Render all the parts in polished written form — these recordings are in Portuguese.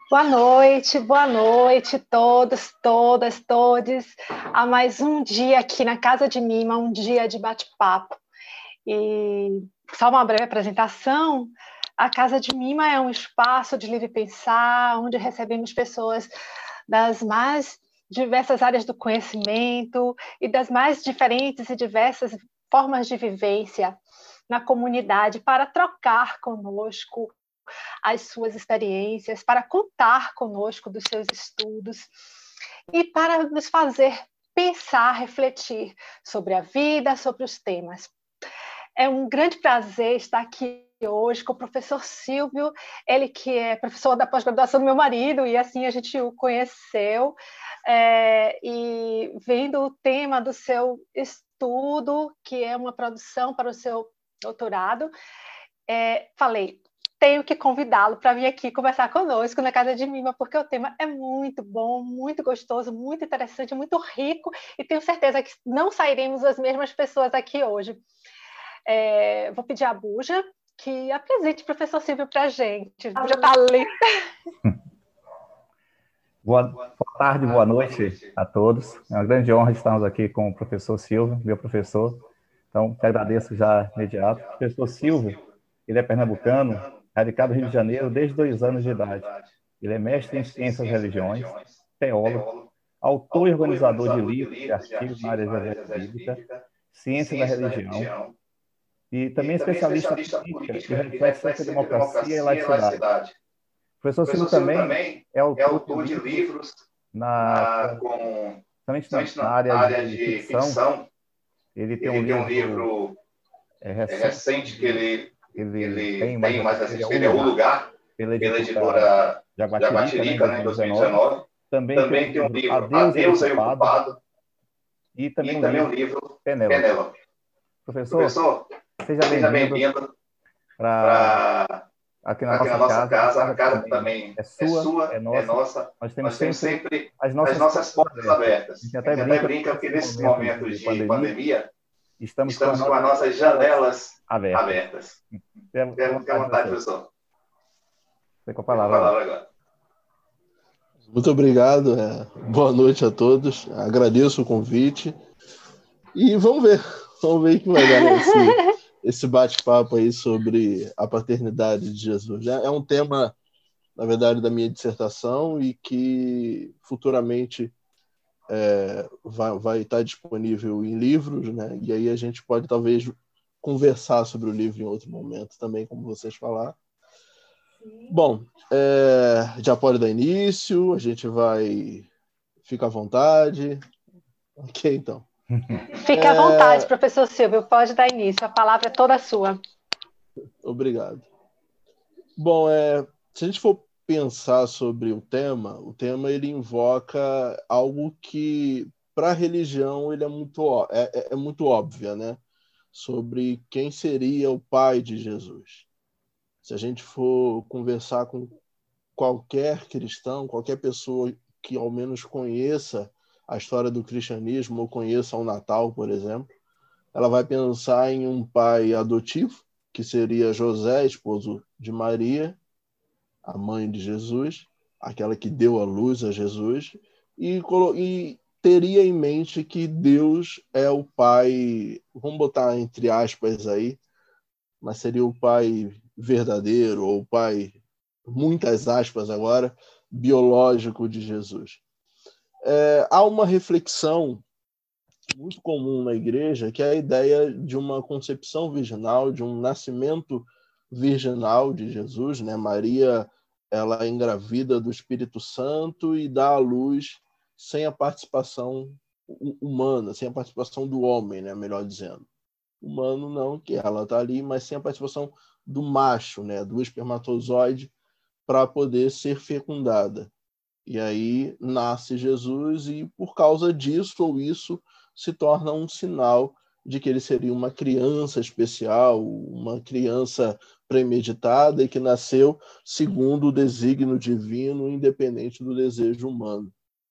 Boa noite, todos, todas, todes, a mais um dia aqui na Casa de Mima, um dia de bate-papo. E só uma breve apresentação, a Casa de Mima é um espaço de livre pensar, onde recebemos pessoas das mais diversas áreas do conhecimento e das mais diferentes e diversas formas de vivência na comunidade para trocar conosco as suas experiências, para contar conosco dos seus estudos e para nos fazer pensar, refletir sobre a vida, sobre os temas. É um grande prazer estar aqui hoje com o professor Silvio, ele que é professor da pós-graduação do meu marido, e assim a gente o conheceu, e vendo o tema do seu estudo, que é uma produção para o seu doutorado, falei, tenho que convidá-lo para vir aqui conversar conosco na Casa de Mima, porque o tema é muito bom, muito gostoso, muito interessante, muito rico, e tenho certeza que não sairemos as mesmas pessoas aqui hoje. Vou pedir à Buja que apresente o professor Silvio para a gente. Buja está ali. Boa tarde, boa noite a todos. É uma grande honra estarmos aqui com o professor Silvio, meu professor. Então, te agradeço já de imediato. O professor Silvio, ele é pernambucano, radicado no Rio de Janeiro desde 2 anos de idade. Ele é mestre em Ciências das Religiões, teólogo, autor e organizador de livros e artigos na área de exegese bíblica, ciência da religião, e também especialista em política e reflete sobre a democracia e laicidade. O professor Silvio também é autor de livros, principalmente na área de ficção. Ele tem um livro recente que ele tem mais recente, é O Lugar, pela editora Jaguatirica, né, em 2019. Também tem um livro Adeus aí, Ocupado, e também um livro Penélope. Professor, seja bem-vindo para aqui na nossa casa. A casa também é sua, é nossa. Nós temos sempre as nossas portas abertas. A gente até brinca porque nesses momentos de pandemia estamos com as nossas janelas abertas. Fique à vontade, professor. Fique com a palavra agora. Muito obrigado. Boa noite a todos. Agradeço o convite. E vamos ver o que vai dar esse bate-papo aí sobre a paternidade de Jesus. É um tema, na verdade, da minha dissertação e que futuramente vai estar disponível em livros, né? E aí a gente pode talvez conversar sobre o livro em outro momento também, como vocês falaram. Bom, já pode dar início, a gente vai... Fica à vontade. Ok, então. Fique à vontade, professor Silvio, pode dar início, a palavra é toda sua. Obrigado. Bom, se a gente for pensar sobre o tema ele invoca algo que, para a religião, ele é muito óbvio, né? Sobre quem seria o pai de Jesus. Se a gente for conversar com qualquer cristão, qualquer pessoa que ao menos conheça a história do cristianismo ou conheça o Natal, por exemplo, ela vai pensar em um pai adotivo, que seria José, esposo de Maria, a mãe de Jesus, aquela que deu à luz a Jesus, e teria em mente que Deus é o pai, vamos botar entre aspas aí, mas seria o pai verdadeiro, ou o pai, muitas aspas agora, biológico de Jesus. Há uma reflexão muito comum na igreja, que é a ideia de uma concepção virginal, de um nascimento virginal de Jesus, né? Maria, ela é engravida do Espírito Santo e dá à luz sem a participação humana, sem a participação do homem, né? Melhor dizendo. Humano não, que ela está ali, mas sem a participação do macho, né? Do espermatozoide, para poder ser fecundada. E aí nasce Jesus e, por causa disso ou isso, se torna um sinal de que ele seria uma criança especial, uma criança premeditada e que nasceu segundo o desígnio divino, independente do desejo humano.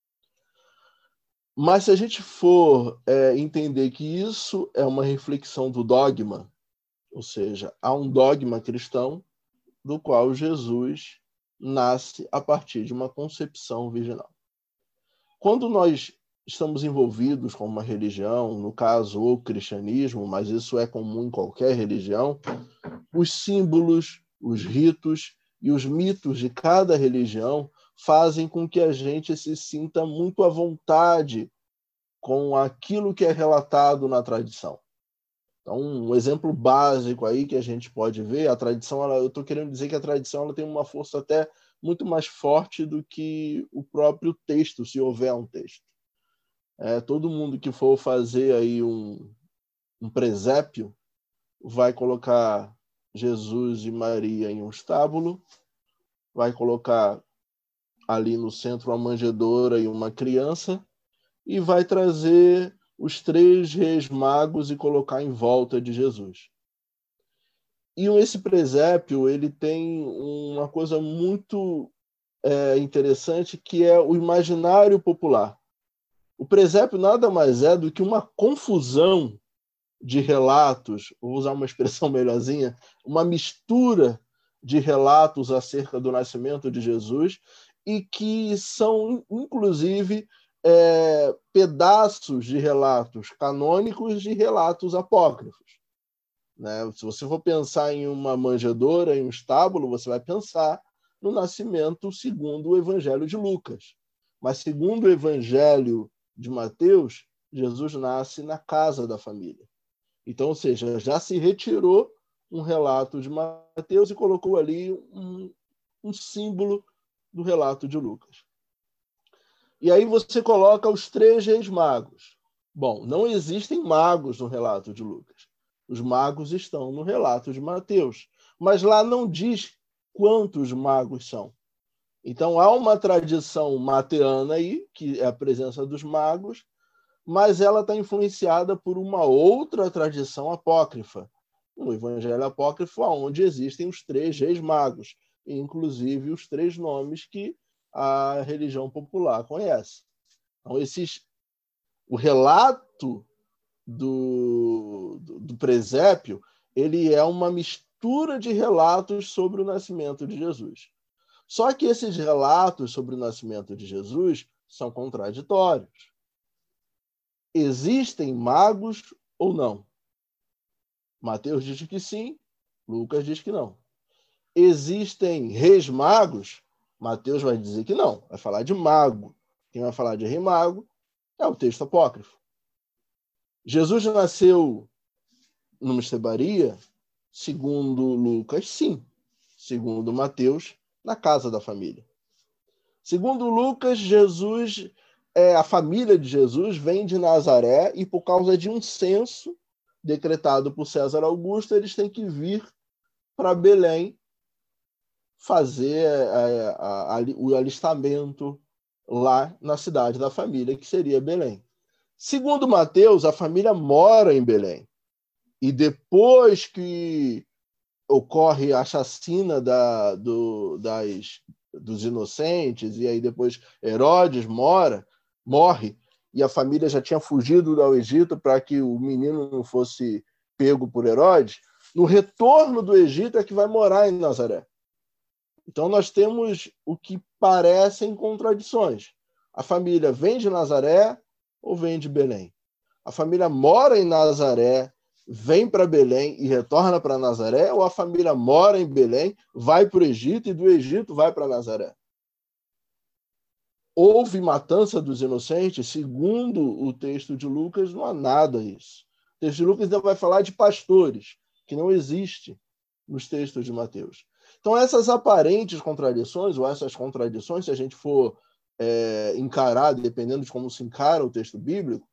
Mas se a gente for entender que isso é uma reflexão do dogma, ou seja, há um dogma cristão do qual Jesus nasce a partir de uma concepção virginal. Quando nós estamos envolvidos com uma religião, no caso o cristianismo, mas isso é comum em qualquer religião, os símbolos, os ritos e os mitos de cada religião fazem com que a gente se sinta muito à vontade com aquilo que é relatado na tradição. Então, um exemplo básico aí que a gente pode ver, a tradição, eu estou querendo dizer que a tradição ela tem uma força até muito mais forte do que o próprio texto, se houver um texto. Todo mundo que for fazer aí um presépio vai colocar Jesus e Maria em um estábulo, vai colocar ali no centro uma manjedoura e uma criança e vai trazer os 3 reis magos e colocar em volta de Jesus. E esse presépio ele tem uma coisa muito interessante, que é o imaginário popular. O presépio nada mais é do que uma confusão de relatos, vou usar uma expressão melhorzinha, uma mistura de relatos acerca do nascimento de Jesus e que são, inclusive, pedaços de relatos canônicos de relatos apócrifos. Né? Se você for pensar em uma manjedoura, em um estábulo, você vai pensar no nascimento segundo o Evangelho de Lucas. Mas segundo o Evangelho de Mateus, Jesus nasce na casa da família. Então, ou seja, já se retirou um relato de Mateus e colocou ali um símbolo do relato de Lucas. E aí você coloca os 3 reis magos. Bom, não existem magos no relato de Lucas. Os magos estão no relato de Mateus. Mas lá não diz quantos magos são. Então, há uma tradição mateana aí, que é a presença dos magos, mas ela está influenciada por uma outra tradição apócrifa, um evangelho apócrifo onde existem os 3 reis magos, inclusive os 3 nomes que a religião popular conhece. Então, o relato do presépio ele é uma mistura de relatos sobre o nascimento de Jesus. Só que esses relatos sobre o nascimento de Jesus são contraditórios. Existem magos ou não? Mateus diz que sim, Lucas diz que não. Existem reis magos? Mateus vai dizer que não, vai falar de mago. Quem vai falar de rei mago é o texto apócrifo. Jesus nasceu numa estebaria? Segundo Lucas, sim. Segundo Mateus, na casa da família. Segundo Lucas, a família de Jesus vem de Nazaré e por causa de um censo decretado por César Augusto, eles têm que vir para Belém fazer o alistamento lá na cidade da família, que seria Belém. Segundo Mateus, a família mora em Belém. E depois que ocorre a chacina dos inocentes, e aí depois Herodes morre, e a família já tinha fugido ao Egito para que o menino não fosse pego por Herodes, no retorno do Egito é que vai morar em Nazaré. Então nós temos o que parecem contradições. A família vem de Nazaré ou vem de Belém? A família mora em Nazaré, vem para Belém e retorna para Nazaré, ou a família mora em Belém, vai para o Egito e do Egito vai para Nazaré? Houve matança dos inocentes? Segundo o texto de Lucas, não há nada disso. O texto de Lucas ainda vai falar de pastores, que não existe nos textos de Mateus. Então, essas aparentes contradições, ou essas contradições, se a gente for encarar, dependendo de como se encara o texto bíblico,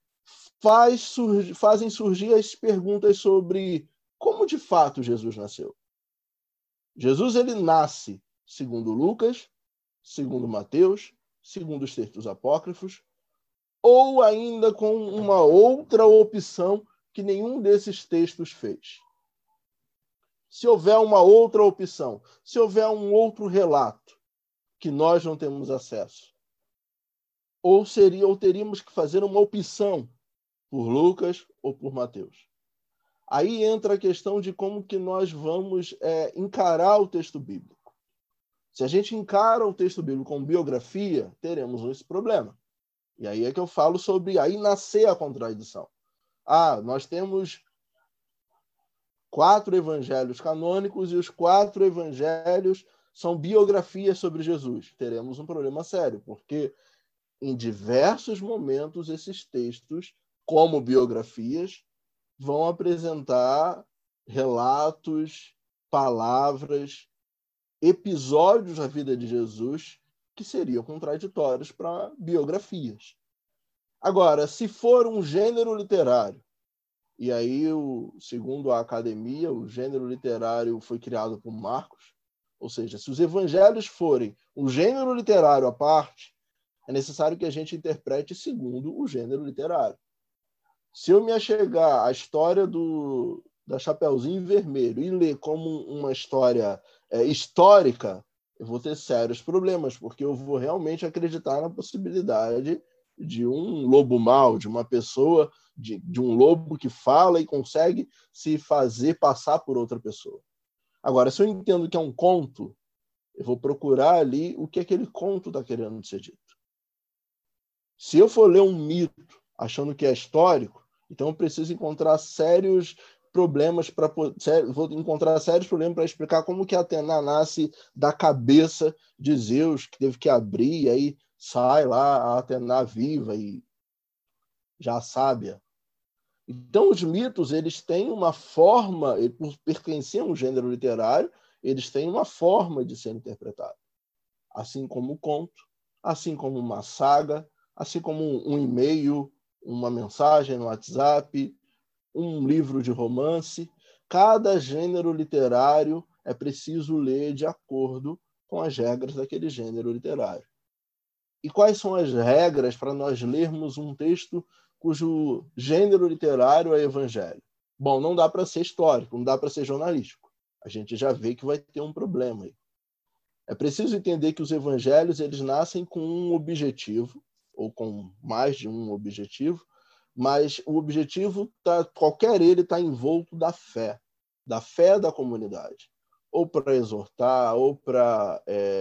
fazem surgir as perguntas sobre como de fato Jesus nasceu. Jesus ele nasce segundo Lucas, segundo Mateus, segundo os textos apócrifos, ou ainda com uma outra opção que nenhum desses textos fez. Se houver uma outra opção, se houver um outro relato que nós não temos acesso, ou teríamos que fazer uma opção por Lucas ou por Mateus. Aí entra a questão de como que nós vamos encarar o texto bíblico. Se a gente encara o texto bíblico como biografia, teremos esse problema. E aí é que eu falo sobre aí nascer a contradição. Nós temos 4 evangelhos canônicos e os 4 evangelhos são biografias sobre Jesus. Teremos um problema sério, porque em diversos momentos esses textos, como biografias, vão apresentar relatos, palavras, episódios da vida de Jesus que seriam contraditórios para biografias. Agora, se for um gênero literário, e aí, segundo a academia, o gênero literário foi criado por Marcos, ou seja, se os evangelhos forem um gênero literário à parte, é necessário que a gente interprete segundo o gênero literário. Se eu me achegar à história da Chapeuzinho Vermelho e ler como uma história histórica, eu vou ter sérios problemas, porque eu vou realmente acreditar na possibilidade de um lobo mau, de uma pessoa, de um lobo que fala e consegue se fazer passar por outra pessoa. Agora, se eu entendo que é um conto, eu vou procurar ali o que aquele conto está querendo ser dito. Se eu for ler um mito achando que é histórico, então eu preciso encontrar sérios problemas para explicar como que Atena nasce da cabeça de Zeus, que teve que abrir, e aí sai lá a Atena viva e já sábia. Então, os mitos, eles têm uma forma, por pertencer a um gênero literário, eles têm uma forma de ser interpretados. Assim como o conto, assim como uma saga, assim como um e-mail, uma mensagem no WhatsApp, um livro de romance. Cada gênero literário é preciso ler de acordo com as regras daquele gênero literário. E quais são as regras para nós lermos um texto cujo gênero literário é evangelho? Bom, não dá para ser histórico, não dá para ser jornalístico. A gente já vê que vai ter um problema aí. É preciso entender que os evangelhos eles nascem com um objetivo, ou com mais de um objetivo, mas o objetivo, qualquer ele está envolto da fé da comunidade. Ou para exortar, ou para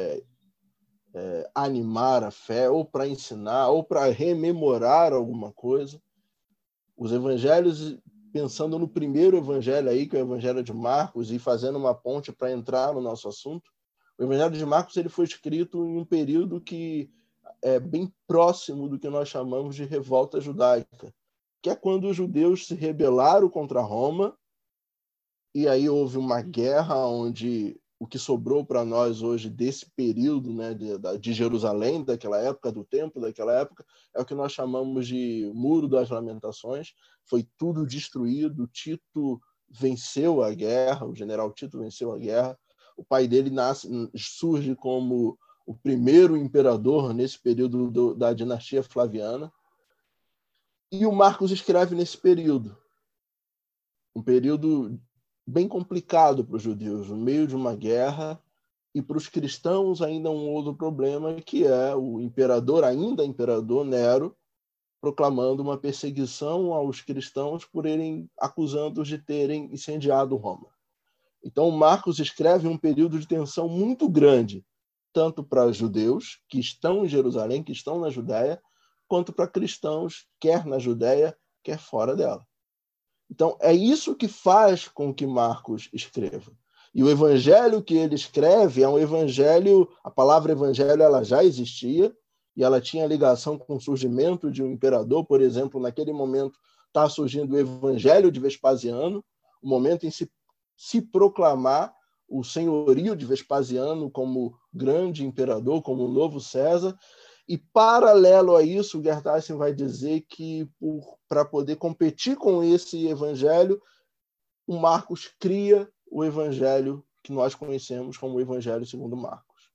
animar a fé, ou para ensinar, ou para rememorar alguma coisa. Os evangelhos, pensando no primeiro evangelho aí, que é o evangelho de Marcos, e fazendo uma ponte para entrar no nosso assunto, o evangelho de Marcos ele foi escrito em um período que é bem próximo do que nós chamamos de revolta judaica, que é quando os judeus se rebelaram contra Roma, e aí houve uma guerra onde o que sobrou para nós hoje desse período, né, de Jerusalém, daquela época, do templo daquela época, é o que nós chamamos de Muro das Lamentações. Foi tudo destruído, Tito venceu a guerra, o general Tito venceu a guerra, o pai dele surge como o primeiro imperador nesse período da dinastia Flaviana, e o Marcos escreve nesse período, um período bem complicado para os judeus, no meio de uma guerra, e para os cristãos ainda um outro problema, que é o ainda imperador Nero, proclamando uma perseguição aos cristãos por acusando-os de terem incendiado Roma. Então, Marcos escreve um período de tensão muito grande, tanto para judeus que estão em Jerusalém, que estão na Judéia, quanto para cristãos, quer na Judéia, quer fora dela. Então, é isso que faz com que Marcos escreva. E o evangelho que ele escreve é um evangelho, a palavra evangelho ela já existia, e ela tinha ligação com o surgimento de um imperador. Por exemplo, naquele momento está surgindo o evangelho de Vespasiano, o momento em se proclamar o senhorio de Vespasiano como grande imperador, como o novo César. E, paralelo a isso, o Gertasen vai dizer que, para poder competir com esse evangelho, o Marcos cria o evangelho que nós conhecemos como o Evangelho segundo Marcos.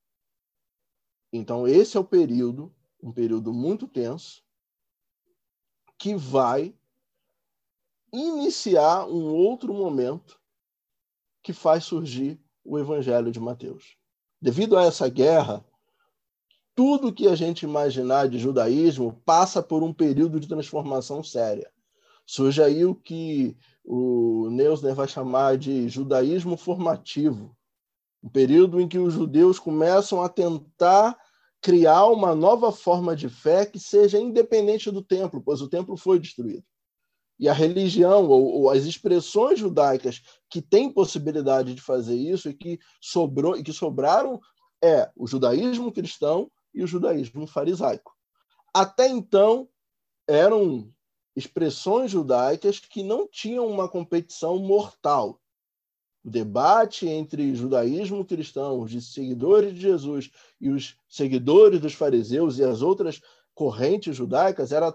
Então, esse é o período, um período muito tenso, que vai iniciar um outro momento que faz surgir o Evangelho de Mateus. Devido a essa guerra, tudo que a gente imaginar de judaísmo passa por um período de transformação séria. Surge aí o que o Neusner vai chamar de judaísmo formativo. um período em que os judeus começam a tentar criar uma nova forma de fé que seja independente do templo, pois o templo foi destruído. E a religião, ou as expressões judaicas que têm possibilidade de fazer isso e que sobraram é o judaísmo cristão e o judaísmo farisaico. Até então, eram expressões judaicas que não tinham uma competição mortal. O debate entre o judaísmo cristão, os seguidores de Jesus e os seguidores dos fariseus e as outras correntes judaicas era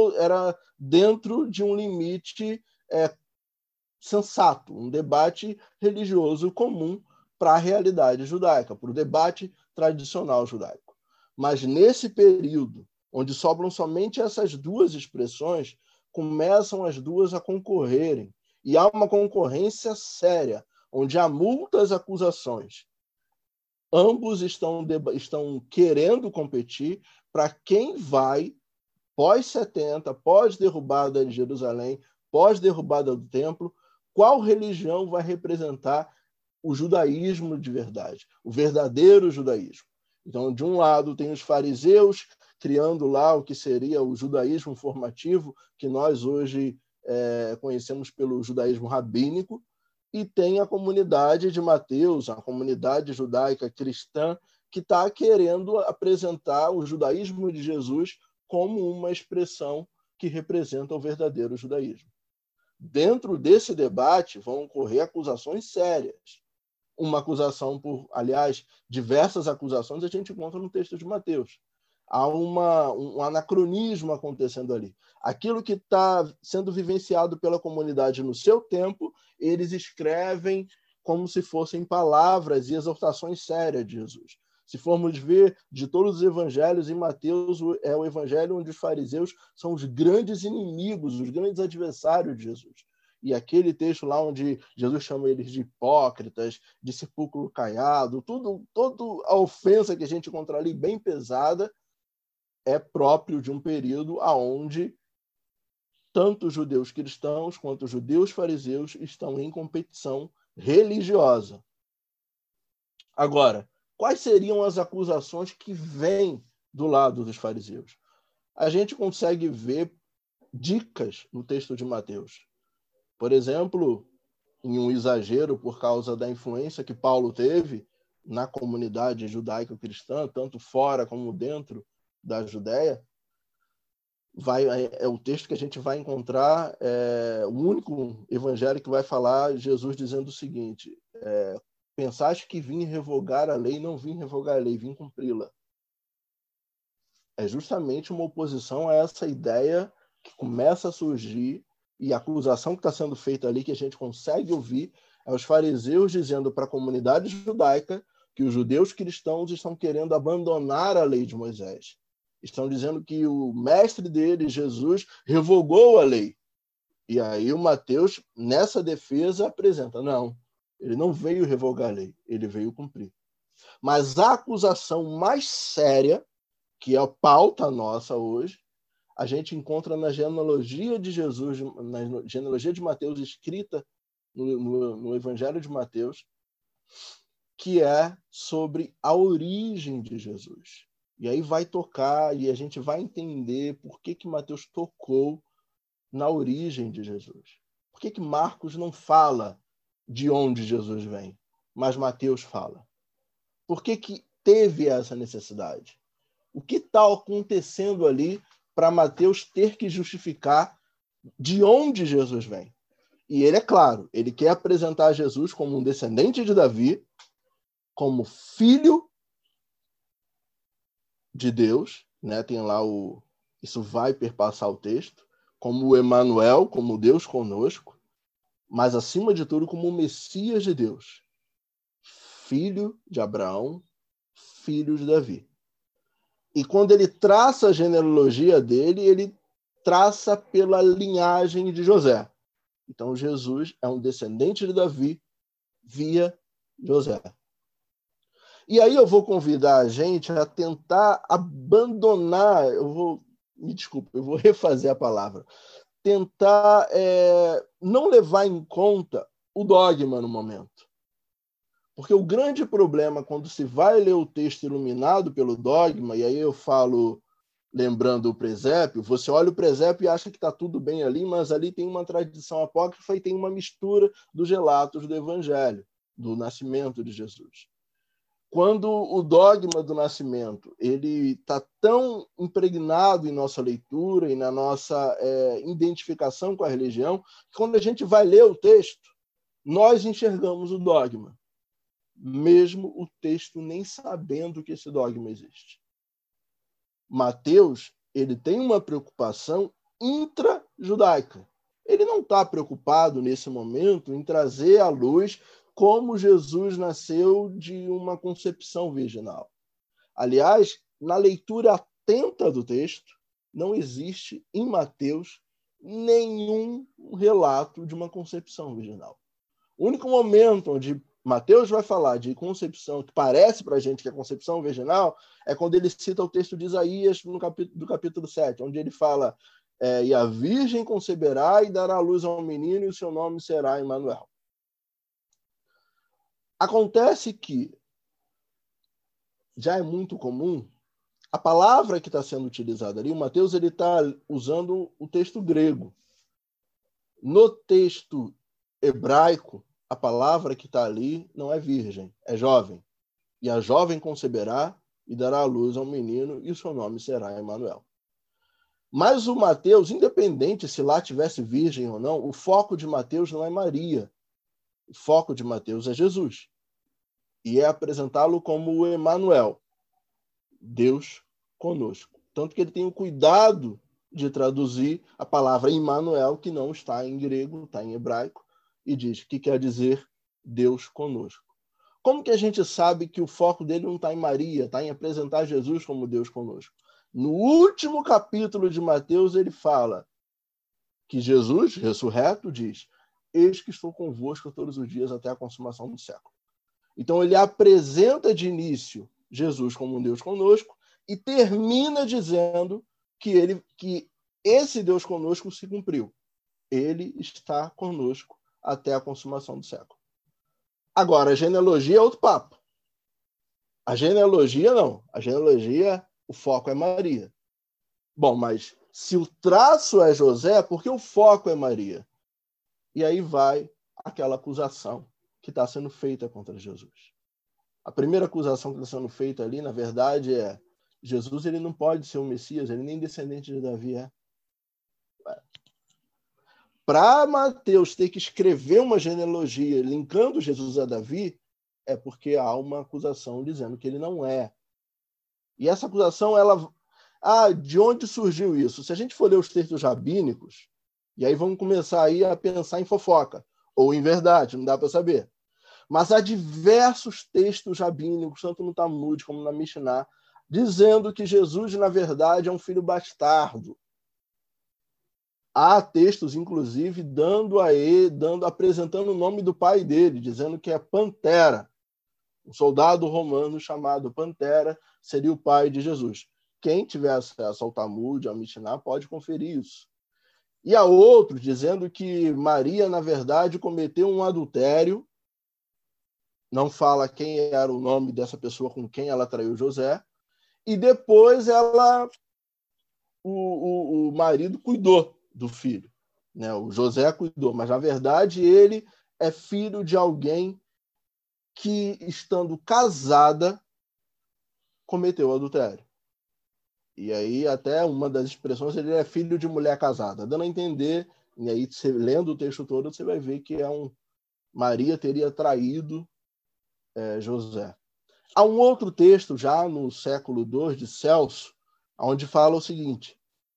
dentro de um limite sensato, um debate religioso comum para a realidade judaica, para o debate tradicional judaico. Mas nesse período, onde sobram somente essas duas expressões, começam as duas a concorrerem. E há uma concorrência séria, onde há muitas acusações. Ambos estão querendo competir para quem vai, pós-70, pós-derrubada de Jerusalém, pós-derrubada do templo, qual religião vai representar o judaísmo de verdade, o verdadeiro judaísmo. Então, de um lado, tem os fariseus criando lá o que seria o judaísmo formativo, que nós hoje conhecemos pelo judaísmo rabínico, e tem a comunidade de Mateus, a comunidade judaica cristã, que está querendo apresentar o judaísmo de Jesus como uma expressão que representa o verdadeiro judaísmo. Dentro desse debate vão ocorrer acusações sérias. Uma acusação aliás, diversas acusações a gente encontra no texto de Mateus. Há um anacronismo acontecendo ali. Aquilo que está sendo vivenciado pela comunidade no seu tempo, eles escrevem como se fossem palavras e exortações sérias de Jesus. Se formos ver de todos os evangelhos, em Mateus é o evangelho onde os fariseus são os grandes inimigos, os grandes adversários de Jesus. E aquele texto lá onde Jesus chama eles de hipócritas, de sepulcro caiado, toda a ofensa que a gente encontra ali bem pesada, é próprio de um período onde tanto os judeus cristãos quanto os judeus fariseus estão em competição religiosa. Agora, quais seriam as acusações que vêm do lado dos fariseus? A gente consegue ver dicas no texto de Mateus. Por exemplo, em um exagero por causa da influência que Paulo teve na comunidade judaico-cristã, tanto fora como dentro da Judéia, é o texto que a gente vai encontrar, o único evangelho que vai falar Jesus dizendo o seguinte: pensaste que vim revogar a lei, não vim revogar a lei, vim cumpri-la. É justamente uma oposição a essa ideia que começa a surgir, e a acusação que está sendo feita ali, que a gente consegue ouvir, é os fariseus dizendo para a comunidade judaica que os judeus cristãos estão querendo abandonar a lei de Moisés. Estão dizendo que o mestre deles, Jesus, revogou a lei. E aí o Mateus, nessa defesa, apresenta: não, ele não veio revogar a lei, ele veio cumprir. Mas a acusação mais séria, que é a pauta nossa hoje, a gente encontra na genealogia de Jesus, na genealogia de Mateus, escrita no Evangelho de Mateus, que é sobre a origem de Jesus. E aí vai tocar, e a gente vai entender por que Mateus tocou na origem de Jesus. Por que Marcos não fala de onde Jesus vem, mas Mateus fala? Por que teve essa necessidade? O que está acontecendo ali para Mateus ter que justificar de onde Jesus vem? E ele, é claro, ele quer apresentar Jesus como um descendente de Davi, como filho de Deus, né? Tem lá isso vai perpassar o texto, como o Emanuel, como Deus conosco, mas acima de tudo como o Messias de Deus, filho de Abraão, filho de Davi. E quando ele traça a genealogia dele, ele traça pela linhagem de José. Então Jesus é um descendente de Davi via José. E aí eu vou convidar a gente a tentar abandonar, me desculpa, eu vou refazer a palavra, tentar não levar em conta o dogma no momento. Porque o grande problema, quando se vai ler o texto iluminado pelo dogma, e aí eu falo, lembrando o presépio, você olha o presépio e acha que está tudo bem ali, mas ali tem uma tradição apócrifa e tem uma mistura dos relatos do Evangelho, do nascimento de Jesus. Quando o dogma do nascimento ele está tão impregnado em nossa leitura e na nossa identificação com a religião, que quando a gente vai ler o texto, nós enxergamos o dogma, mesmo o texto nem sabendo que esse dogma existe. Mateus ele tem uma preocupação intra-judaica. Ele não está preocupado, nesse momento, em trazer à luz como Jesus nasceu de uma concepção virginal. Aliás, na leitura atenta do texto, não existe em Mateus nenhum relato de uma concepção virginal. O único momento onde Mateus vai falar de concepção, que parece para a gente que é concepção virginal, é quando ele cita o texto de Isaías do capítulo 7, onde ele fala e a virgem conceberá e dará à luz a um menino e o seu nome será Emanuel. Acontece que já é muito comum a palavra que está sendo utilizada ali, o Mateus está usando o texto grego. No texto hebraico, a palavra que está ali não é virgem, é jovem. E a jovem conceberá e dará à luz a um menino e o seu nome será Emanuel. Mas o Mateus, independente se lá tivesse virgem ou não, o foco de Mateus não é Maria. O foco de Mateus é Jesus. E é apresentá-lo como o Emanuel, Deus conosco. Tanto que ele tem o cuidado de traduzir a palavra Emmanuel, que não está em grego, está em hebraico, e diz que quer dizer Deus conosco. Como que a gente sabe que o foco dele não está em Maria, está em apresentar Jesus como Deus conosco? No último capítulo de Mateus, ele fala que Jesus, ressurreto, diz: eis que estou convosco todos os dias até a consumação do século. Então, ele apresenta de início Jesus como um Deus conosco e termina dizendo que esse Deus conosco se cumpriu. Ele está conosco até a consumação do século. Agora, a genealogia é outro papo. A genealogia, não. A genealogia, o foco é Maria. Bom, mas se o traço é José, por que o foco é Maria? E aí vai aquela acusação que está sendo feita contra Jesus. A primeira acusação que está sendo feita ali, na verdade, é: Jesus ele não pode ser o Messias, ele nem descendente de Davi é. Para Mateus ter que escrever uma genealogia linkando Jesus a Davi, é porque há uma acusação dizendo que ele não é. E essa acusação, de onde surgiu isso? Se a gente for ler os textos rabínicos, e aí vamos começar aí a pensar em fofoca, ou em verdade, não dá para saber. Mas há diversos textos rabínicos, tanto no Talmud como na Mishnah, dizendo que Jesus, na verdade, é um filho bastardo. Há textos, inclusive, apresentando o nome do pai dele, dizendo que é Pantera. Um soldado romano chamado Pantera seria o pai de Jesus. Quem tiver acesso ao Talmud, ao Mishnah, pode conferir isso. E há outros dizendo que Maria, na verdade, cometeu um adultério. Não fala quem era o nome dessa pessoa com quem ela traiu José. E depois o marido cuidou do filho, né? O José cuidou, mas na verdade ele é filho de alguém que, estando casada, cometeu adultério. E aí até uma das expressões, ele é filho de mulher casada, dando a entender, e aí você, lendo o texto todo, você vai ver que Maria teria traído José. Há um outro texto, já no século II, de Celso, onde fala o seguinte,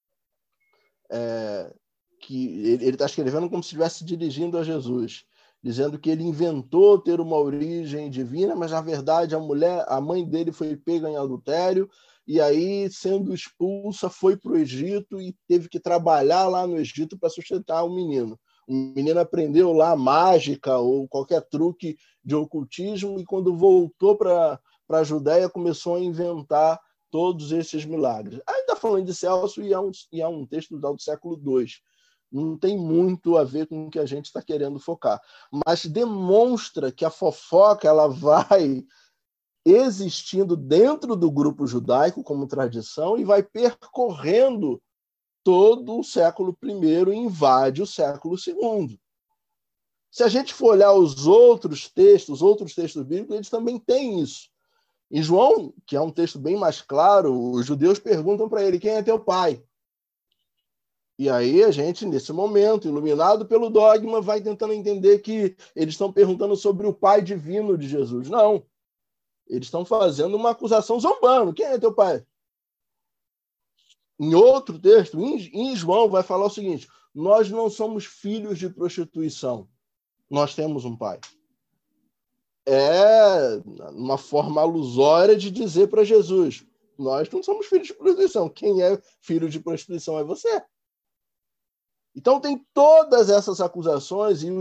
que ele está escrevendo como se estivesse dirigindo a Jesus, dizendo que ele inventou ter uma origem divina, mas, na verdade, a mãe dele foi pega em adultério, e aí, sendo expulsa, foi para o Egito e teve que trabalhar lá no Egito para sustentar o menino. O menino aprendeu lá mágica ou qualquer truque de ocultismo, e quando voltou para a Judéia, começou a inventar todos esses milagres. Aí está falando de Celso, e há um texto do século II. não tem muito a ver com o que a gente está querendo focar, mas demonstra que a fofoca ela vai existindo dentro do grupo judaico como tradição e vai percorrendo todo o século I e invade o século II. Se a gente for olhar os outros textos bíblicos, eles também têm isso. Em João, que é um texto bem mais claro, os judeus perguntam para ele, quem é teu pai? E aí a gente, nesse momento, iluminado pelo dogma, vai tentando entender que eles estão perguntando sobre o pai divino de Jesus. Não. Eles estão fazendo uma acusação zombando. Quem é teu pai? Em outro texto, em João, vai falar o seguinte, nós não somos filhos de prostituição. Nós temos um pai. É uma forma alusória de dizer para Jesus, nós não somos filhos de prostituição. Quem é filho de prostituição é você. Então tem todas essas acusações e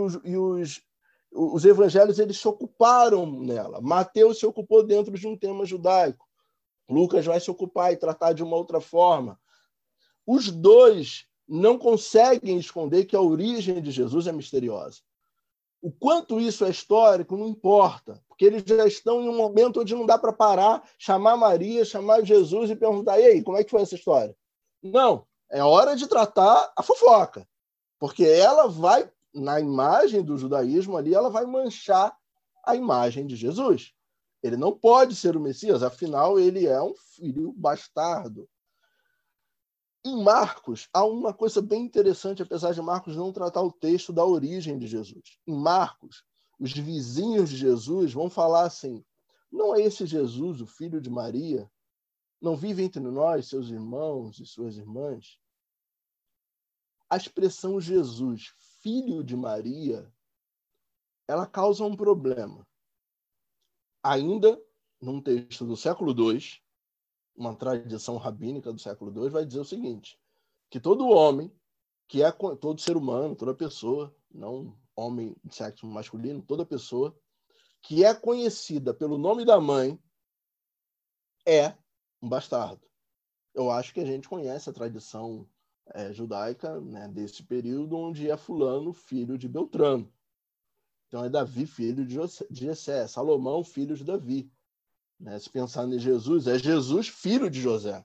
os evangelhos eles se ocuparam nela. Mateus se ocupou dentro de um tema judaico. Lucas vai se ocupar e tratar de uma outra forma. Os dois não conseguem esconder que a origem de Jesus é misteriosa. O quanto isso é histórico não importa, porque eles já estão em um momento onde não dá para parar, chamar Maria, chamar Jesus e perguntar, e aí, como é que foi essa história? Não, é hora de tratar a fofoca, porque ela vai, na imagem do judaísmo ali, ela vai manchar a imagem de Jesus. Ele não pode ser o Messias, afinal, ele é um filho bastardo. Em Marcos, há uma coisa bem interessante, apesar de Marcos não tratar o texto da origem de Jesus. Em Marcos, os vizinhos de Jesus vão falar assim, não é esse Jesus, o filho de Maria? Não vive entre nós, seus irmãos e suas irmãs? A expressão Jesus, filho de Maria, ela causa um problema. Ainda, num texto do século II, uma tradição rabínica do século II, vai dizer o seguinte, que todo homem, que é todo ser humano, toda pessoa, não homem de sexo masculino, toda pessoa, que é conhecida pelo nome da mãe, é um bastardo. Eu acho que a gente conhece a tradição judaica, né, desse período, onde é fulano, filho de Beltrano. Então é Davi, filho de Jessé, Salomão, filho de Davi. Né? Se pensar em Jesus, é Jesus, filho de José.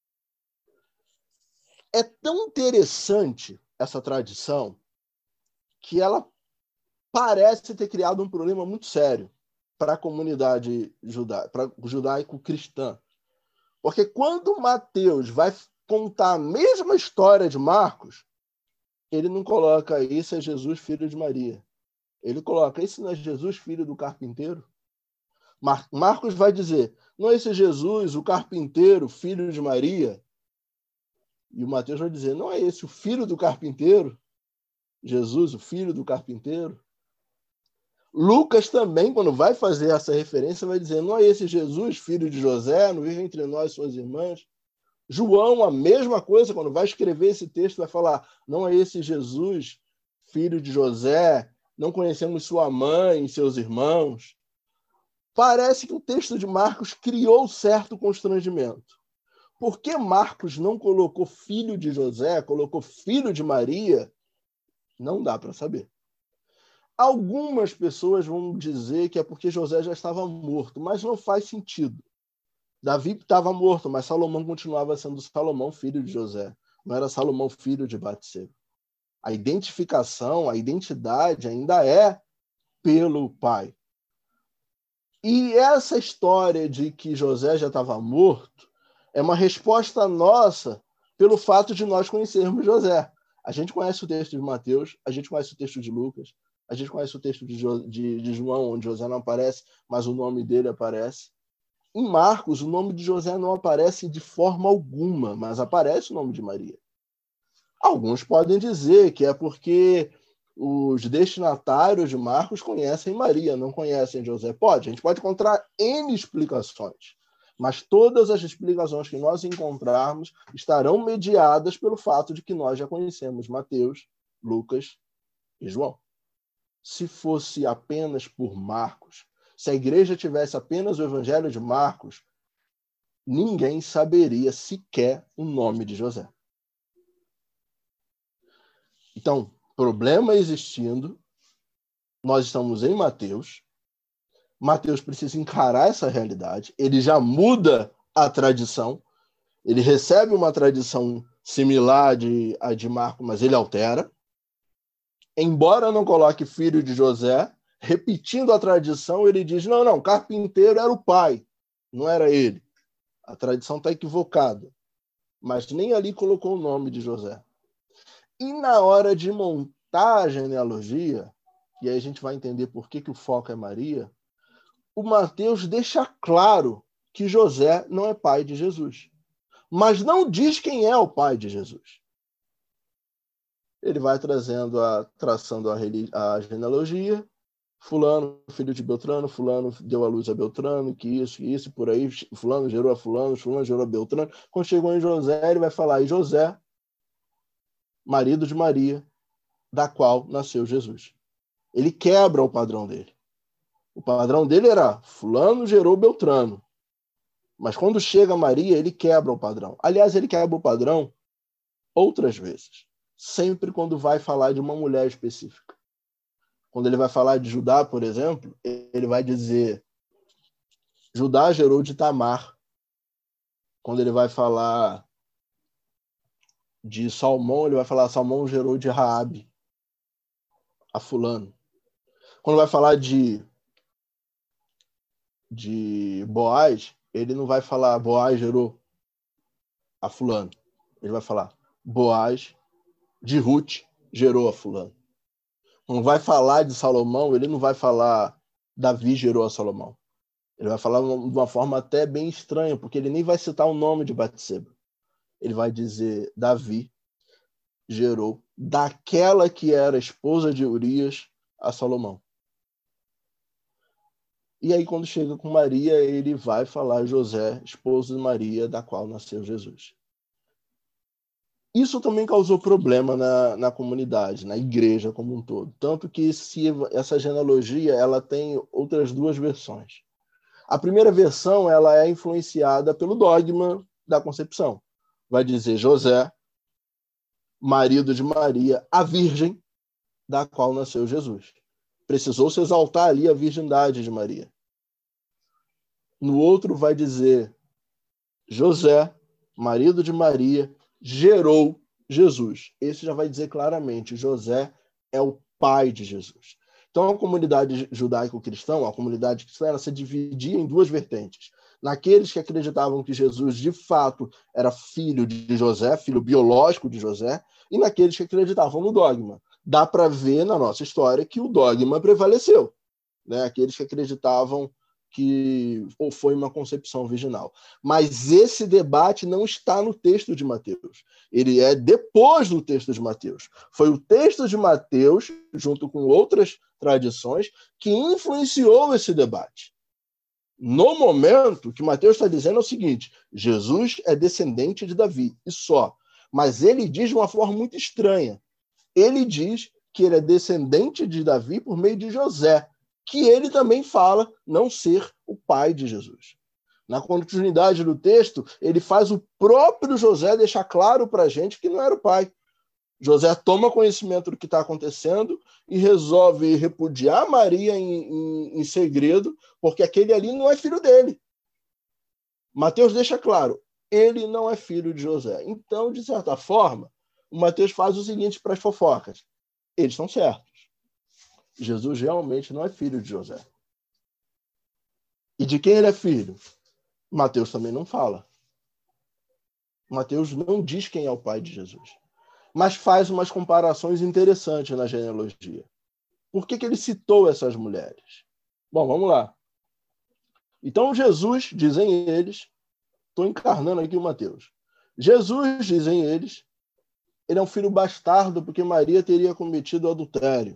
É tão interessante essa tradição que ela parece ter criado um problema muito sério para a comunidade judaico-cristã. Porque quando Mateus vai contar a mesma história de Marcos, ele não coloca esse é Jesus, filho de Maria. Ele coloca, esse não é Jesus, filho do carpinteiro? Marcos vai dizer, não é esse Jesus, o carpinteiro, filho de Maria? E o Mateus vai dizer, não é esse o filho do carpinteiro? Jesus, o filho do carpinteiro? Lucas também, quando vai fazer essa referência, vai dizer, não é esse Jesus, filho de José, não vive entre nós suas irmãs? João, a mesma coisa, quando vai escrever esse texto, vai falar, não é esse Jesus, filho de José, não conhecemos sua mãe e seus irmãos? Parece que o texto de Marcos criou certo constrangimento. Por que Marcos não colocou filho de José, colocou filho de Maria? Não dá para saber. Algumas pessoas vão dizer que é porque José já estava morto, mas não faz sentido. Davi estava morto, mas Salomão continuava sendo Salomão, filho de José. Não era Salomão, filho de Batseba. A identificação, a identidade ainda é pelo pai. E essa história de que José já estava morto é uma resposta nossa pelo fato de nós conhecermos José. A gente conhece o texto de Mateus, a gente conhece o texto de Lucas, a gente conhece o texto de João, onde José não aparece, mas o nome dele aparece. Em Marcos, o nome de José não aparece de forma alguma, mas aparece o nome de Maria. Alguns podem dizer que é porque os destinatários de Marcos conhecem Maria, não conhecem José. A gente pode encontrar N explicações, mas todas as explicações que nós encontrarmos estarão mediadas pelo fato de que nós já conhecemos Mateus, Lucas e João. Se fosse apenas por Marcos, se a igreja tivesse apenas o evangelho de Marcos, ninguém saberia sequer o nome de José. Então, problema existindo, nós estamos em Mateus. Mateus precisa encarar essa realidade. Ele já muda a tradição. Ele recebe uma tradição similar à de Marcos, mas ele altera. Embora não coloque filho de José, repetindo a tradição, ele diz, não, carpinteiro era o pai, não era ele. A tradição está equivocada. Mas nem ali colocou o nome de José. E na hora de montar a genealogia, e aí a gente vai entender por que o foco é Maria, o Mateus deixa claro que José não é pai de Jesus. Mas não diz quem é o pai de Jesus. Ele vai traçando a genealogia. Fulano, filho de Beltrano, fulano deu à luz a Beltrano, que isso, por aí, fulano gerou a fulano gerou a Beltrano. Quando chegou em José, ele vai falar, e José, marido de Maria, da qual nasceu Jesus. Ele quebra o padrão dele. O padrão dele era fulano gerou Beltrano. Mas quando chega Maria, ele quebra o padrão. Aliás, ele quebra o padrão outras vezes. Sempre quando vai falar de uma mulher específica. Quando ele vai falar de Judá, por exemplo, ele vai dizer Judá gerou de Tamar. Quando ele vai falar de Salmão, ele vai falar Salmão gerou de Raabe, a fulano. Quando vai falar de Boaz, ele não vai falar Boaz gerou a fulano. Ele vai falar Boaz de Ruth gerou a fulano. Quando vai falar de Salomão, ele não vai falar Davi gerou a Salomão. Ele vai falar de uma forma até bem estranha, porque ele nem vai citar o nome de Batseba. Ele vai dizer Davi gerou daquela que era esposa de Urias a Salomão. E aí, quando chega com Maria, ele vai falar José, esposo de Maria, da qual nasceu Jesus. Isso também causou problema na comunidade, na igreja como um todo. Tanto que essa genealogia ela tem outras duas versões. A primeira versão ela é influenciada pelo dogma da concepção. Vai dizer José, marido de Maria, a virgem, da qual nasceu Jesus. Precisou se exaltar ali a virgindade de Maria. No outro vai dizer José, marido de Maria, gerou Jesus. Esse já vai dizer claramente, José é o pai de Jesus. Então, a comunidade judaico-cristã, a comunidade cristã, ela se dividia em duas vertentes. Naqueles que acreditavam que Jesus, de fato, era filho de José, filho biológico de José, e naqueles que acreditavam no dogma. Dá para ver na nossa história que o dogma prevaleceu. Né? Aqueles que acreditavam que ou foi uma concepção virginal. Mas esse debate não está no texto de Mateus. Ele é depois do texto de Mateus. Foi o texto de Mateus, junto com outras tradições, que influenciou esse debate. No momento, o que Mateus está dizendo é o seguinte, Jesus é descendente de Davi, e só. Mas ele diz de uma forma muito estranha. Ele diz que ele é descendente de Davi por meio de José, que ele também fala não ser o pai de Jesus. Na continuidade do texto, ele faz o próprio José deixar claro para a gente que não era o pai. José toma conhecimento do que está acontecendo e resolve repudiar Maria em segredo, porque aquele ali não é filho dele. Mateus deixa claro, ele não é filho de José. Então, de certa forma, o Mateus faz o seguinte para as fofocas. Eles estão certos. Jesus realmente não é filho de José. E de quem ele é filho? Mateus também não fala. Mateus não diz quem é o pai de Jesus. Mas faz umas comparações interessantes na genealogia. Por que ele citou essas mulheres? Bom, vamos lá. Então, Jesus, dizem eles, estou encarnando aqui o Mateus. Jesus, dizem eles, ele é um filho bastardo porque Maria teria cometido adultério.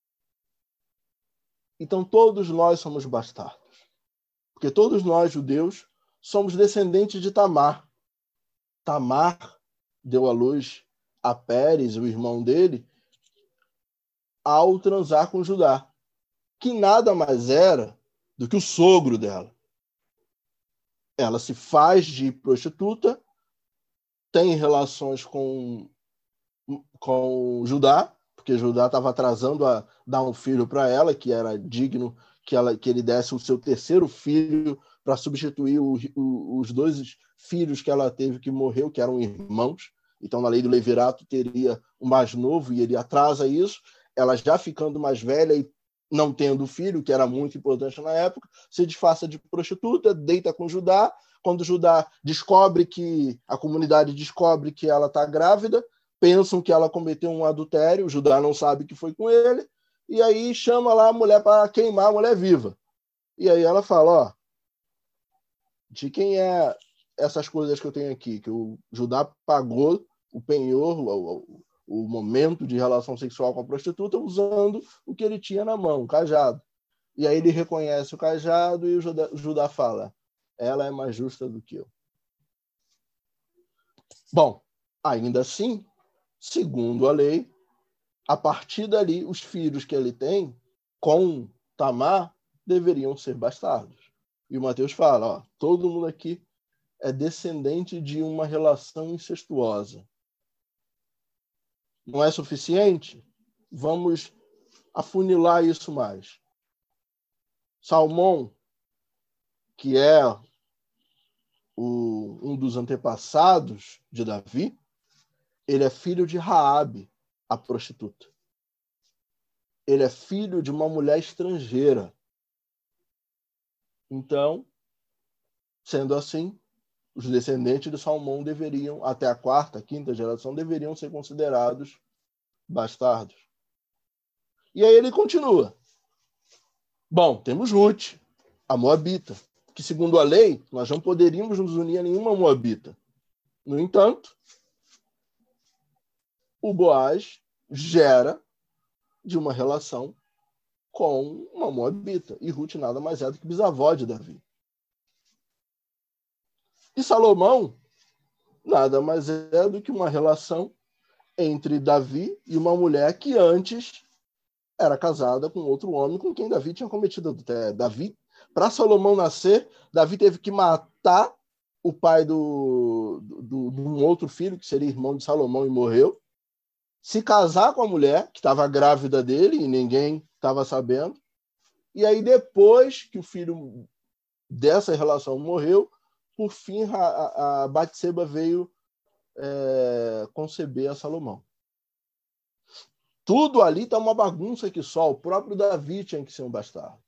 Então, todos nós somos bastardos. Porque todos nós, judeus, somos descendentes de Tamar. Tamar deu à luz a Pérez, o irmão dele, ao transar com Judá, que nada mais era do que o sogro dela. Ela se faz de prostituta, tem relações com Judá, porque Judá estava atrasando a dar um filho para ela, que era digno que ele desse o seu terceiro filho para substituir os dois filhos que ela teve que morreu, que eram irmãos. Então, na lei do levirato, teria o mais novo, e ele atrasa isso. Ela já ficando mais velha e não tendo filho, que era muito importante na época, se disfarça de prostituta, deita com Judá. Quando Judá descobre a comunidade descobre que ela está grávida, pensam que ela cometeu um adultério, Judá não sabe que foi com ele, e aí chama lá a mulher para queimar a mulher viva. E aí ela fala, ó, de quem é essas coisas que eu tenho aqui? Que o Judá pagou o penhor, o momento de relação sexual com a prostituta, usando o que ele tinha na mão, o cajado. E aí ele reconhece o cajado e o Judá fala, ela é mais justa do que eu. Bom, ainda assim, segundo a lei, a partir dali, os filhos que ele tem com Tamar deveriam ser bastardos. E o Mateus fala, ó, todo mundo aqui é descendente de uma relação incestuosa. Não é suficiente? Vamos afunilar isso mais. Salmão, que é um dos antepassados de Davi, ele é filho de Raabe, a prostituta. Ele é filho de uma mulher estrangeira. Então, sendo assim, os descendentes de Salmão deveriam, até a quarta, quinta geração, deveriam ser considerados bastardos. E aí ele continua. Bom, temos Ruth, a moabita, que segundo a lei, nós não poderíamos nos unir a nenhuma moabita. No entanto, o Boaz gera de uma relação com uma moabita. E Ruth nada mais é do que bisavó de Davi. E Salomão nada mais é do que uma relação entre Davi e uma mulher que antes era casada com outro homem com quem Davi tinha cometido adultério. Para Salomão nascer, Davi teve que matar o pai de um outro filho, que seria irmão de Salomão, e morreu. Se casar com a mulher, que estava grávida dele, e ninguém estava sabendo. E aí, depois que o filho dessa relação morreu, por fim, a Batseba veio conceber a Salomão. Tudo ali está uma bagunça que só. O próprio Davi tinha que ser um bastardo.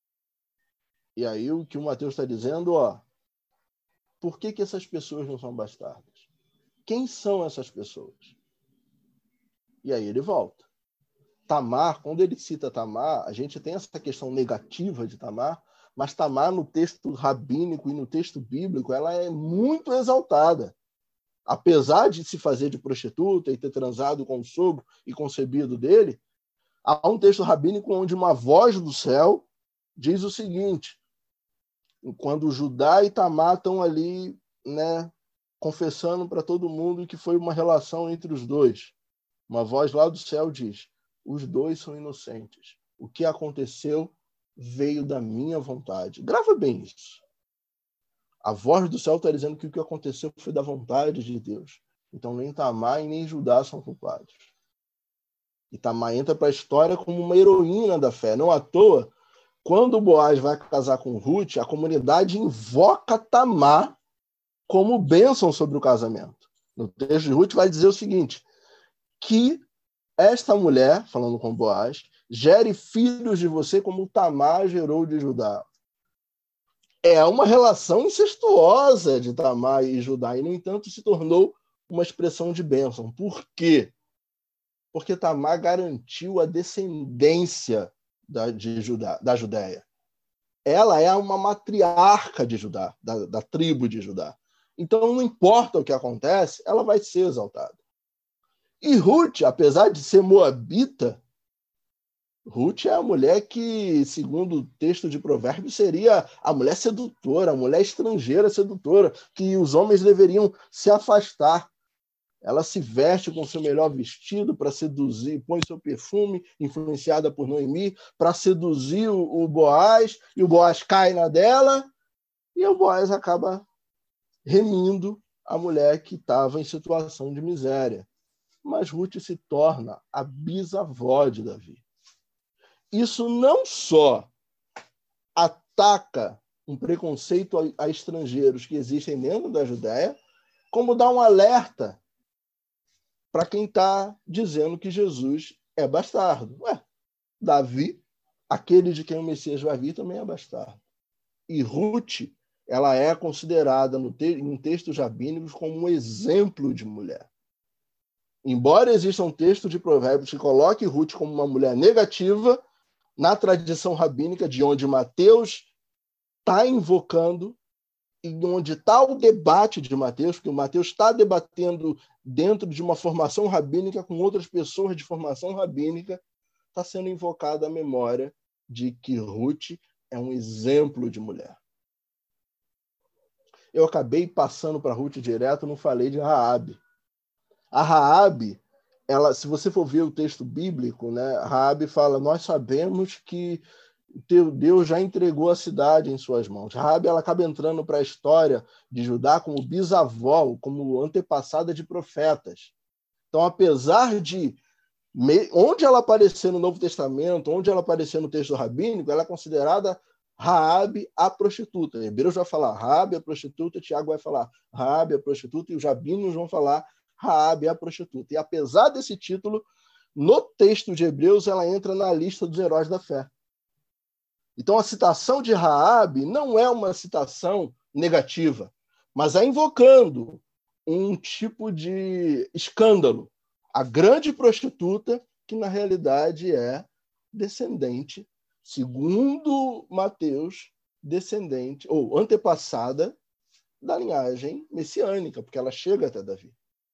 E aí o que o Mateus está dizendo, ó, por que essas pessoas não são bastardas? Quem são essas pessoas? E aí ele volta. Tamar, quando ele cita Tamar, a gente tem essa questão negativa de Tamar, mas Tamar no texto rabínico e no texto bíblico, ela é muito exaltada. Apesar de se fazer de prostituta e ter transado com o sogro e concebido dele, há um texto rabínico onde uma voz do céu diz o seguinte, quando Judá e Tamar estão ali, né, confessando para todo mundo que foi uma relação entre os dois, uma voz lá do céu diz, os dois são inocentes. O que aconteceu veio da minha vontade. Grava bem isso. A voz do céu está dizendo que o que aconteceu foi da vontade de Deus. Então nem Tamar e nem Judá são culpados. E Tamar entra para a história como uma heroína da fé. Não à toa, quando o Boaz vai casar com Ruth, a comunidade invoca Tamar como bênção sobre o casamento. No texto de Ruth vai dizer o seguinte, que esta mulher, falando com Boaz, gere filhos de você como Tamar gerou de Judá. É uma relação incestuosa de Tamar e Judá, e, no entanto, se tornou uma expressão de bênção. Por quê? Porque Tamar garantiu a descendência da Judéia. Ela é uma matriarca de Judá, da tribo de Judá. Então, não importa o que acontece, ela vai ser exaltada. E Ruth, apesar de ser moabita, Ruth é a mulher que, segundo o texto de Provérbios, seria a mulher sedutora, a mulher estrangeira sedutora, que os homens deveriam se afastar. Ela se veste com seu melhor vestido para seduzir, põe seu perfume, influenciada por Noemi, para seduzir o Boaz, e o Boaz cai na dela, e o Boaz acaba remindo a mulher que estava em situação de miséria. mas Ruth se torna a bisavó de Davi. Isso não só ataca um preconceito a estrangeiros que existem dentro da Judéia, como dá um alerta para quem está dizendo que Jesus é bastardo. Davi, aquele de quem o Messias vai vir, também é bastardo. E Ruth, ela é considerada em textos rabínicos como um exemplo de mulher. Embora exista um texto de Provérbios que coloque Ruth como uma mulher negativa, na tradição rabínica, de onde Mateus está invocando, e onde está o debate de Mateus, porque o Mateus está debatendo dentro de uma formação rabínica com outras pessoas de formação rabínica, está sendo invocada a memória de que Ruth é um exemplo de mulher. Eu acabei passando para Ruth direto, não falei de Raabe. A Raabe, ela, se você for ver o texto bíblico, né, Raabe fala: nós sabemos que teu Deus já entregou a cidade em suas mãos. Raabe, ela acaba entrando para a história de Judá como bisavó, como antepassada de profetas. Então, apesar de onde ela aparecer no Novo Testamento, onde ela aparecer no texto rabínico, ela é considerada Raabe a prostituta. Hebreus vai falar Raabe a prostituta, Tiago vai falar Raabe a prostituta, e os rabinos vão falar Raabe a prostituta. E apesar desse título, no texto de Hebreus, ela entra na lista dos heróis da fé. Então, a citação de Raabe não é uma citação negativa, mas é invocando um tipo de escândalo. A grande prostituta, que na realidade é descendente, segundo Mateus, descendente ou antepassada da linhagem messiânica, porque ela chega até Davi.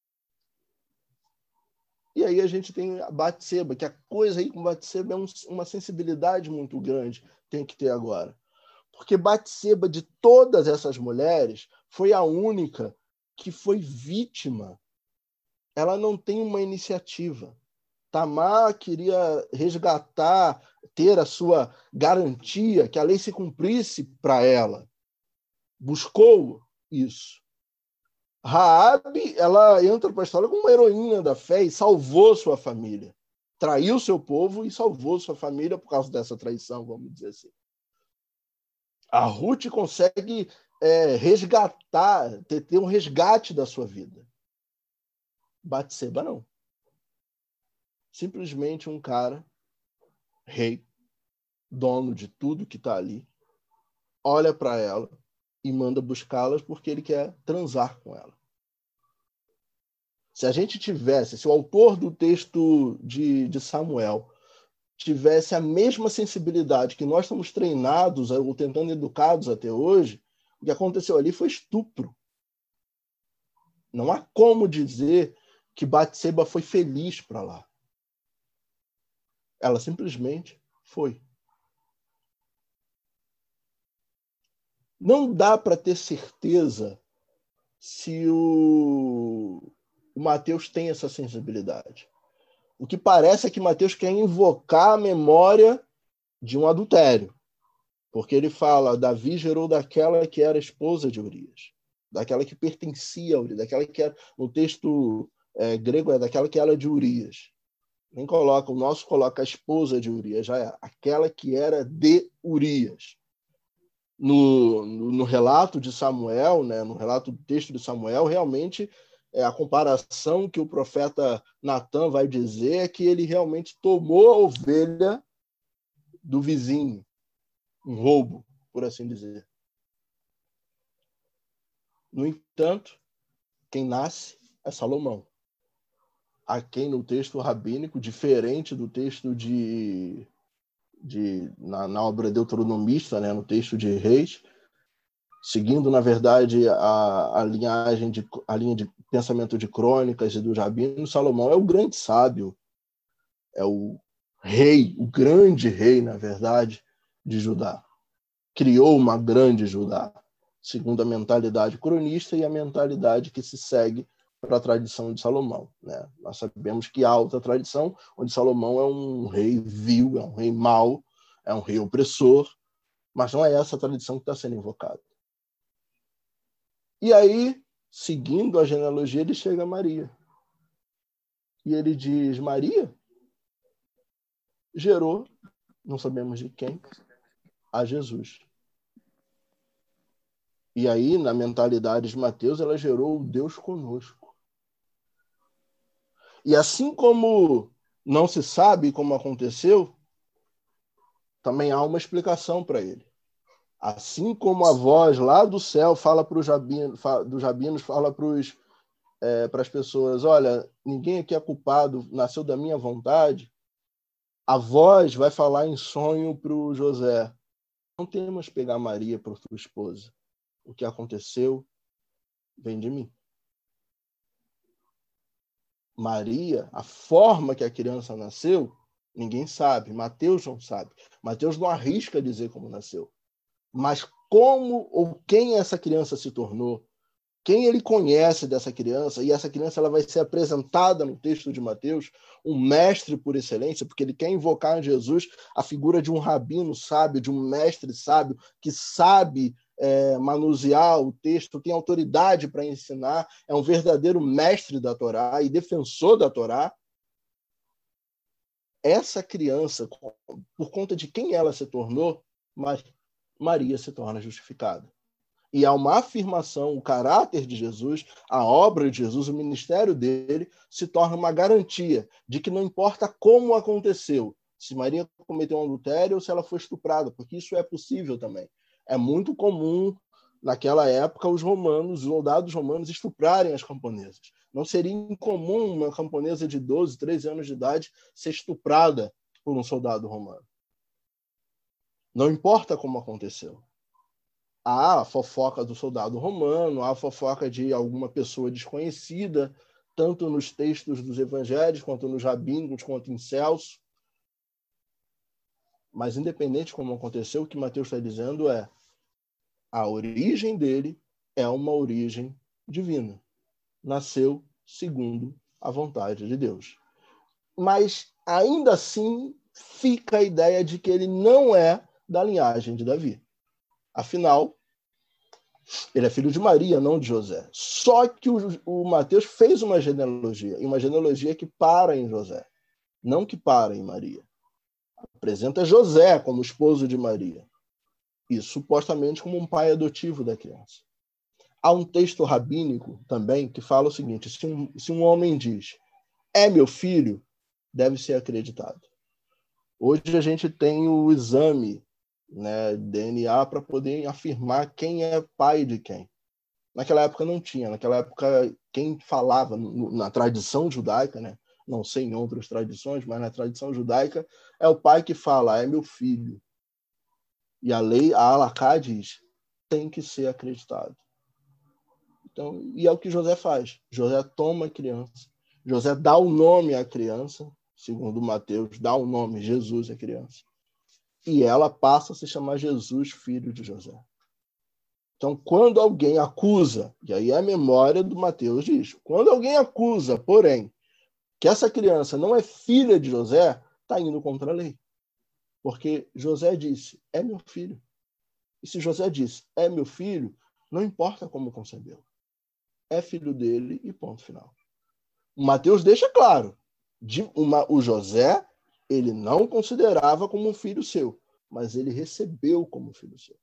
E aí a gente tem a Batseba, que a coisa aí com Batseba é uma sensibilidade muito grande, tem que ter agora. Porque Batseba, de todas essas mulheres, foi a única que foi vítima. Ela não tem uma iniciativa. Tamar queria resgatar, ter a sua garantia, que a lei se cumprisse para ela. Buscou isso. Raabe, ela entra para a história como uma heroína da fé e salvou sua família. Traiu seu povo e salvou sua família por causa dessa traição, vamos dizer assim. A Ruth consegue resgatar, ter um resgate da sua vida. Batseba não. Simplesmente um cara, rei, dono de tudo que está ali, olha para ela e manda buscá-las porque ele quer transar com ela. Se a gente tivesse, se o autor do texto de Samuel tivesse a mesma sensibilidade que nós estamos treinados ou tentando educados até hoje, o que aconteceu ali foi estupro. Não há como dizer que Batseba foi feliz para lá. Ela simplesmente foi. Não dá para ter certeza se o Mateus tem essa sensibilidade. O que parece é que Mateus quer invocar a memória de um adultério. Porque ele fala: Davi gerou daquela que era esposa de Urias, daquela que pertencia a Urias, daquela que era, no texto grego, é daquela que era de Urias. Nem coloca, o nosso coloca a esposa de Urias, já é aquela que era de Urias. No relato de Samuel, né, no relato do texto de Samuel, realmente a comparação que o profeta Natan vai dizer é que ele realmente tomou a ovelha do vizinho, um roubo, por assim dizer. No entanto, quem nasce é Salomão, a quem no texto rabínico, diferente do texto na obra deuteronomista, né, no texto de Reis, seguindo, na verdade, a linha de pensamento de Crônicas e dos rabinos, Salomão é o grande sábio, é o rei, o grande rei, na verdade, de Judá. Criou uma grande Judá, segundo a mentalidade cronista e a mentalidade que se segue para a tradição de Salomão, né? Nós sabemos que há outra tradição, onde Salomão é um rei vil, é um rei mau, é um rei opressor, mas não é essa a tradição que está sendo invocada. E aí, seguindo a genealogia, ele chega a Maria. E ele diz: Maria gerou, não sabemos de quem, a Jesus. E aí, na mentalidade de Mateus, ela gerou o Deus conosco. E assim como não se sabe como aconteceu, também há uma explicação para ele. Assim como a voz lá do céu fala para os rabinos, fala para as pessoas: olha, ninguém aqui é culpado, nasceu da minha vontade. A voz vai falar em sonho para o José: não temos que pegar Maria para tua esposa. O que aconteceu vem de mim. Maria, a forma que a criança nasceu, ninguém sabe. Mateus não sabe. Mateus não arrisca dizer como nasceu. Mas como ou quem essa criança se tornou, quem ele conhece dessa criança, e essa criança ela vai ser apresentada no texto de Mateus, um mestre por excelência, porque ele quer invocar em Jesus a figura de um rabino sábio, de um mestre sábio, que sabe manusear o texto, tem autoridade para ensinar, é um verdadeiro mestre da Torá e defensor da Torá. Essa criança, por conta de quem ela se tornou, Maria se torna justificada. E há uma afirmação, o caráter de Jesus, a obra de Jesus, o ministério dele, se torna uma garantia de que não importa como aconteceu, se Maria cometeu um adultério ou se ela foi estuprada, porque isso é possível também. É muito comum, naquela época, os soldados romanos estuprarem as camponesas. Não seria incomum uma camponesa de 12, 13 anos de idade ser estuprada por um soldado romano. Não importa como aconteceu. Há a fofoca do soldado romano, há a fofoca de alguma pessoa desconhecida, tanto nos textos dos evangelhos, quanto nos rabinos, quanto em Celso. Mas, independente de como aconteceu, o que Mateus está dizendo é: a origem dele é uma origem divina. Nasceu segundo a vontade de Deus. Mas, ainda assim, fica a ideia de que ele não é da linhagem de Davi. Afinal, ele é filho de Maria, não de José. Só que o Mateus fez uma genealogia, e uma genealogia que para em José, não que para em Maria. Apresenta José como esposo de Maria, e supostamente como um pai adotivo da criança. Há um texto rabínico também que fala o seguinte: se um homem diz, é meu filho, deve ser acreditado. Hoje a gente tem o exame, né, DNA, para poder afirmar quem é pai de quem. Naquela época não tinha. Naquela época, quem falava na tradição judaica, né? Não sei em outras tradições, mas na tradição judaica, é o pai que fala, é meu filho. E a lei, a Halakha diz, tem que ser acreditado. Então, e é o que José faz. José toma a criança. José dá o nome à criança, segundo Mateus, dá o nome Jesus à criança. E ela passa a se chamar Jesus, filho de José. Então, quando alguém acusa, e aí a memória do Mateus diz, quando alguém acusa, porém, que essa criança não é filha de José, está indo contra a lei. Porque José disse, é meu filho. E se José disse, é meu filho, não importa como concebeu. É filho dele e ponto final. O Mateus deixa claro, o José, ele não considerava como um filho seu, mas ele recebeu como filho seu.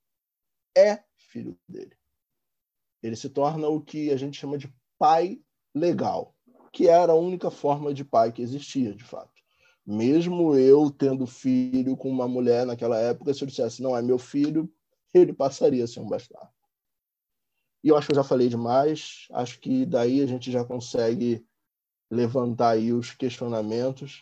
É filho dele. Ele se torna o que a gente chama de pai legal, que era a única forma de pai que existia, de fato. Mesmo eu tendo filho com uma mulher naquela época, se eu dissesse, não é meu filho, ele passaria a ser um bastardo. E eu acho que eu já falei demais, acho que daí a gente já consegue levantar aí os questionamentos.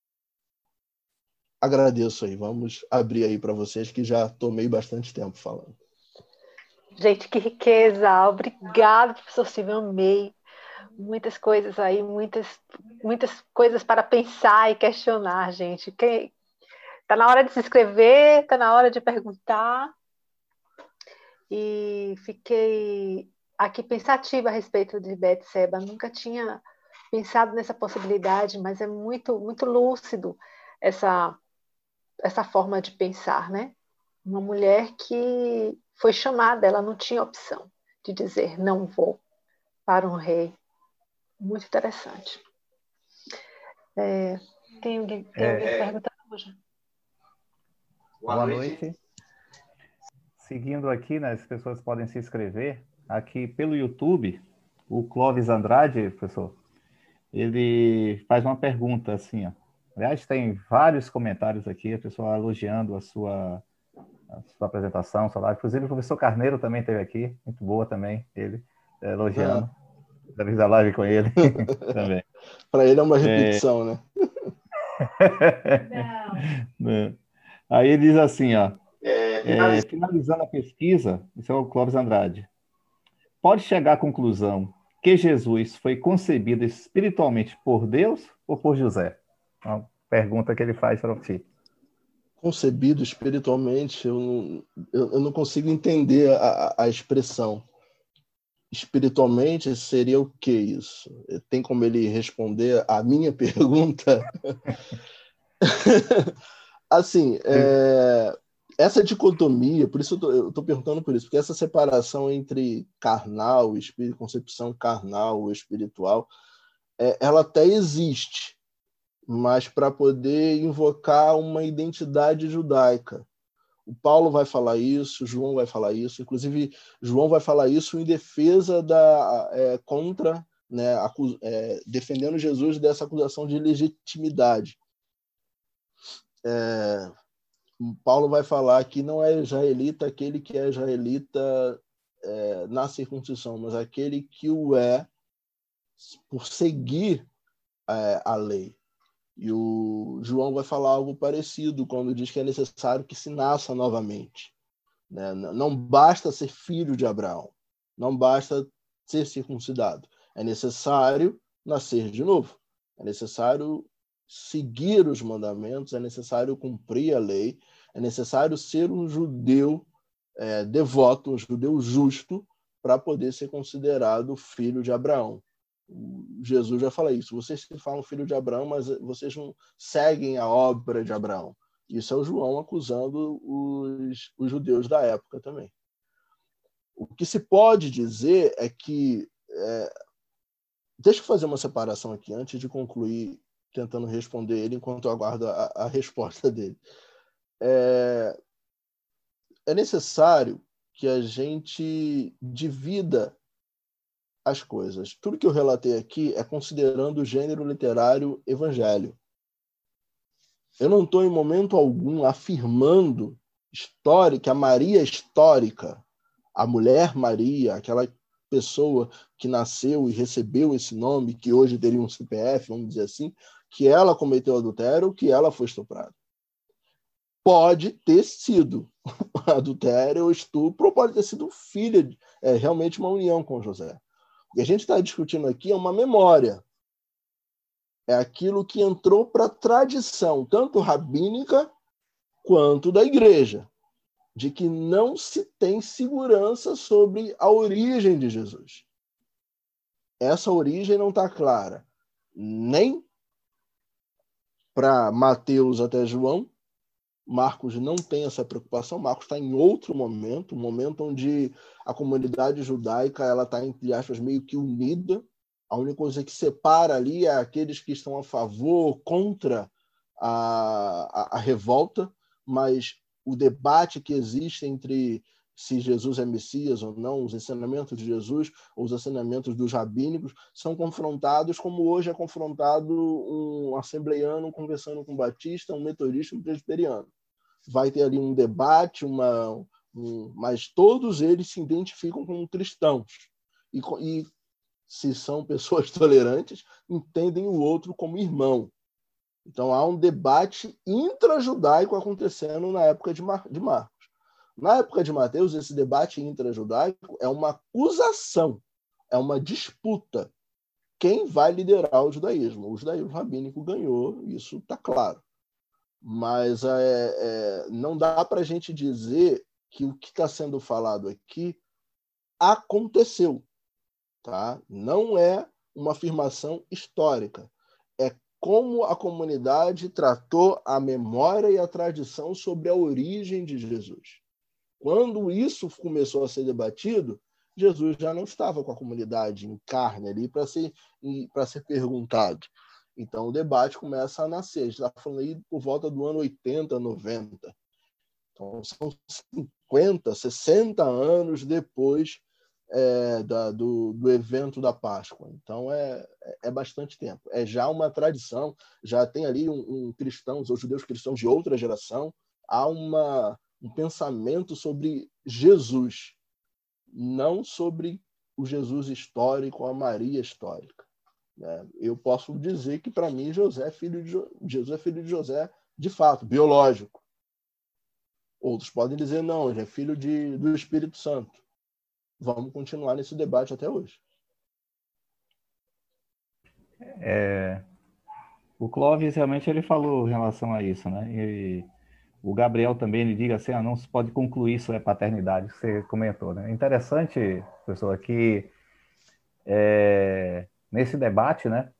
Agradeço aí, vamos abrir aí para vocês, que já tomei bastante tempo falando. Gente, que riqueza! Obrigada, professor Silvio, amei. Muitas coisas aí, muitas coisas para pensar e questionar, gente. Tá na hora de se inscrever, tá na hora de perguntar. E fiquei aqui pensativa a respeito de Betseba. Nunca tinha pensado nessa possibilidade, mas é muito, muito lúcido essa forma de pensar, né? Uma mulher que foi chamada, ela não tinha opção de dizer não vou para um rei. Muito interessante. Tem alguém perguntando hoje? Boa noite. Seguindo aqui, né, as pessoas podem se inscrever. Aqui pelo YouTube, o Clóvis Andrade, professor, ele faz uma pergunta assim, ó. Aliás, tem vários comentários aqui, a pessoa elogiando a sua apresentação, sua live. Inclusive, o professor Carneiro também esteve aqui, muito boa também, ele elogiando. Já fiz a live com ele também. Para ele é uma repetição, né? Não. Aí ele diz assim, ó, finalizando a pesquisa, isso é o Clóvis Andrade, pode chegar à conclusão que Jesus foi concebido espiritualmente por Deus ou por José? Uma pergunta que ele faz para ti. Concebido espiritualmente, eu não consigo entender a expressão. Espiritualmente seria o que isso? Tem como ele responder a minha pergunta? Assim, essa dicotomia, por isso eu estou perguntando por isso, porque essa separação entre carnal, espírito, concepção carnal ou espiritual, ela até existe, mas para poder invocar uma identidade judaica. O Paulo vai falar isso, João vai falar isso, inclusive João vai falar isso em defesa contra, né, defendendo Jesus dessa acusação de legitimidade. Paulo vai falar que não é israelita aquele que é israelita na circuncisão, mas aquele que o é por seguir a lei. E o João vai falar algo parecido quando diz que é necessário que se nasça novamente. Né? Não basta ser filho de Abraão, não basta ser circuncidado. É necessário nascer de novo. É necessário seguir os mandamentos, é necessário cumprir a lei, é necessário ser um judeu devoto, um judeu justo, para poder ser considerado filho de Abraão. Jesus já fala isso. Vocês se falam filho de Abraão, mas vocês não seguem a obra de Abraão. Isso é o João acusando os judeus da época também. O que se pode dizer é que... deixa eu fazer uma separação aqui, antes de concluir, tentando responder ele, enquanto eu aguardo a resposta dele. É necessário que a gente divida as coisas. Tudo que eu relatei aqui é considerando o gênero literário evangelho. Eu não estou em momento algum afirmando que a Maria histórica, a mulher Maria, aquela pessoa que nasceu e recebeu esse nome, que hoje teria um CPF, vamos dizer assim, que ela cometeu adultério ou que ela foi estuprada. Pode ter sido adultério ou estupro, ou pode ter sido filha, realmente uma união com José. O que a gente está discutindo aqui é uma memória. É aquilo que entrou para a tradição, tanto rabínica quanto da igreja, de que não se tem segurança sobre a origem de Jesus. Essa origem não está clara nem para Mateus até João. Marcos não tem essa preocupação. Marcos está em outro momento, um momento onde a comunidade judaica está, entre aspas, meio que unida. A única coisa que separa ali é aqueles que estão a favor, contra a revolta, mas o debate que existe entre se Jesus é Messias ou não, os ensinamentos de Jesus ou os ensinamentos dos rabínicos são confrontados como hoje é confrontado um assembleiano conversando com um batista, um metodista, um presbiteriano. Vai ter ali um debate, mas todos eles se identificam como cristãos. E se são pessoas tolerantes, entendem o outro como irmão. Então há um debate intrajudaico acontecendo na época de Marcos. Na época de Mateus, esse debate intrajudaico é uma acusação, é uma disputa. Quem vai liderar o judaísmo? O judaísmo rabínico ganhou, isso está claro. Mas não dá para a gente dizer que o que está sendo falado aqui aconteceu. Tá? Não é uma afirmação histórica. É como a comunidade tratou a memória e a tradição sobre a origem de Jesus. Quando isso começou a ser debatido, Jesus já não estava com a comunidade em carne ali para ser perguntado. Então o debate começa a nascer. A gente está falando aí por volta do ano 80, 90. Então são 50, 60 anos depois do evento da Páscoa. Então é bastante tempo. É já uma tradição, já tem ali cristãos ou judeus cristãos de outra geração, há um pensamento sobre Jesus, não sobre o Jesus histórico, a Maria histórica. Né? Eu posso dizer que, para mim, Jesus é filho de José, de fato, biológico. Outros podem dizer, não, ele é filho do Espírito Santo. Vamos continuar nesse debate até hoje. O Clóvis realmente ele falou em relação a isso, né? E o Gabriel também ele diga assim, não se pode concluir sua paternidade, que você comentou, né? Interessante, professor, que nesse debate, né?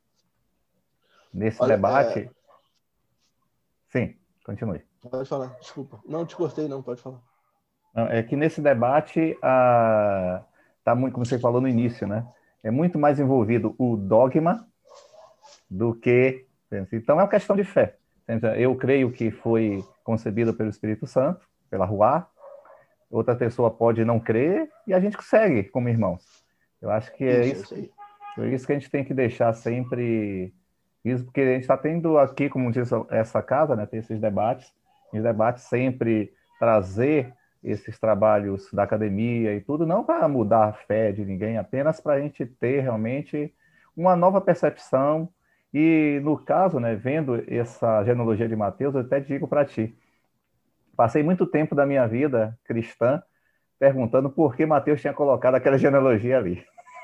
Nesse debate... Sim, continue. Pode falar, desculpa. Não te cortei, não, pode falar. É que nesse debate, tá muito, como você falou no início, né? É muito mais envolvido o dogma do que... Então, é uma questão de fé. Eu creio que foi concebida pelo Espírito Santo, pela Ruá. Outra pessoa pode não crer e a gente segue como irmãos. Eu acho que é isso que a gente tem que deixar sempre... Isso porque a gente está tendo aqui, como diz essa casa, né? Tem esses debates. Os debates sempre trazer esses trabalhos da academia e tudo, não para mudar a fé de ninguém, apenas para a gente ter realmente uma nova percepção. E no caso, né, vendo essa genealogia de Mateus, eu até digo para ti, passei muito tempo da minha vida cristã perguntando por que Mateus tinha colocado aquela genealogia ali.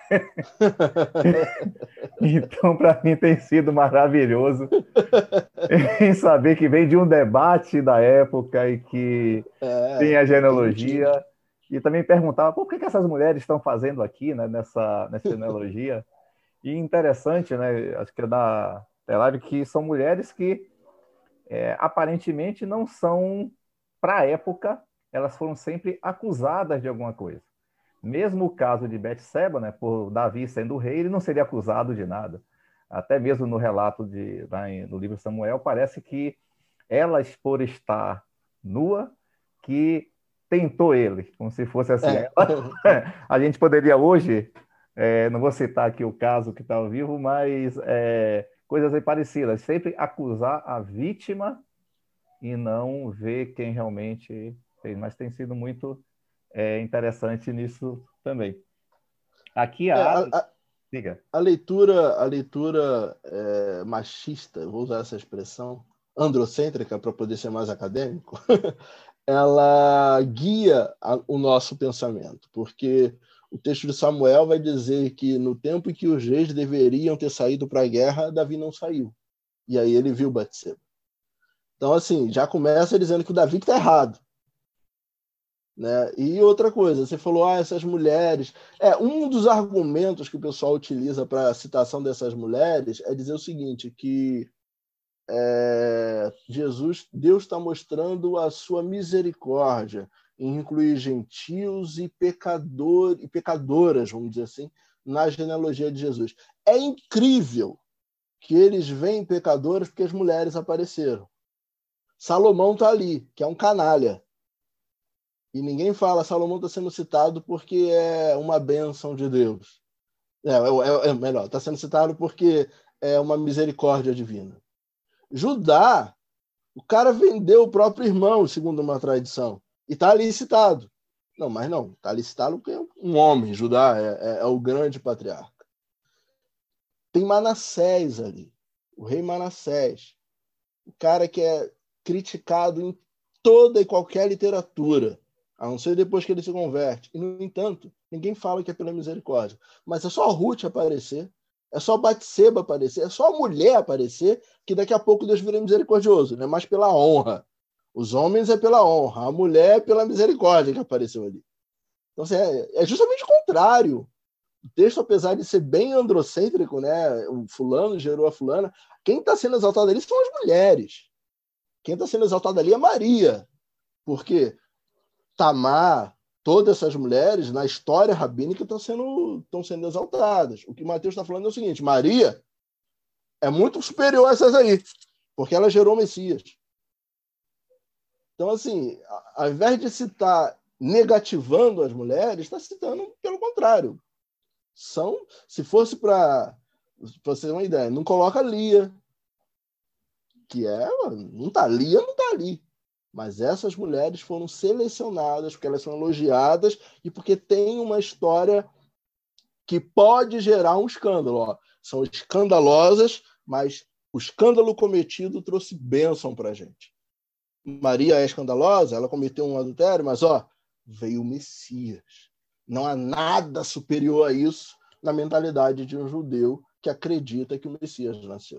Então, para mim, tem sido maravilhoso em saber que vem de um debate da época e que tem a genealogia. E também perguntava por que essas mulheres estão fazendo aqui, né, nessa genealogia. E interessante, né, acho que é da live, que são mulheres que aparentemente não são, para a época, elas foram sempre acusadas de alguma coisa. Mesmo o caso de Betseba, né, por Davi sendo rei, ele não seria acusado de nada. Até mesmo no relato no livro Samuel, parece que elas, por estar nua, que tentou ele, como se fosse assim. A gente poderia hoje, não vou citar aqui o caso que está ao vivo, mas coisas aí parecidas, sempre acusar a vítima e não ver quem realmente fez. Mas tem sido muito interessante nisso também. Aqui a leitura machista, vou usar essa expressão, androcêntrica, para poder ser mais acadêmico, ela guia o nosso pensamento, porque o texto de Samuel vai dizer que no tempo em que os reis deveriam ter saído para a guerra, Davi não saiu. E aí ele viu Betseba. Então, assim, já começa dizendo que o Davi está errado. Né? E outra coisa, você falou, essas mulheres... um dos argumentos que o pessoal utiliza para a citação dessas mulheres é dizer o seguinte, que Deus está mostrando a sua misericórdia em incluir gentios e pecadoras, vamos dizer assim, na genealogia de Jesus. É incrível que eles veem pecadoras porque as mulheres apareceram. Salomão está ali, que é um canalha. E ninguém fala, Salomão está sendo citado porque é uma bênção de Deus. Melhor, está sendo citado porque é uma misericórdia divina. Judá, o cara vendeu o próprio irmão, segundo uma tradição, e está ali citado. Não, mas não, está ali citado porque é um homem, Judá é o grande patriarca. Tem Manassés ali, o rei Manassés, o cara que é criticado em toda e qualquer literatura, a não ser depois que ele se converte. E, no entanto, ninguém fala que é pela misericórdia. Mas é só Ruth aparecer, é só Batseba aparecer, é só a mulher aparecer, que daqui a pouco Deus vira misericordioso, não é mais pela honra. Os homens é pela honra, a mulher é pela misericórdia que apareceu ali. Então, assim, é justamente o contrário. O texto, apesar de ser bem androcêntrico, né? O fulano gerou a fulana, quem está sendo exaltado ali são as mulheres. Quem está sendo exaltado ali é Maria. Porque Tamar, todas essas mulheres, na história rabínica, estão sendo exaltadas. O que Mateus está falando é o seguinte, Maria, é muito superior a essas aí, porque ela gerou o Messias. Então, assim, ao invés de citar negativando as mulheres, está citando pelo contrário. Se fosse para você ter uma ideia, não coloca Lia, que não está Lia, não está ali. Mas essas mulheres foram selecionadas porque elas são elogiadas e porque tem uma história que pode gerar um escândalo. Ó. São escandalosas, mas o escândalo cometido trouxe bênção para a gente. Maria é escandalosa, ela cometeu um adultério, mas veio o Messias. Não há nada superior a isso na mentalidade de um judeu que acredita que o Messias nasceu.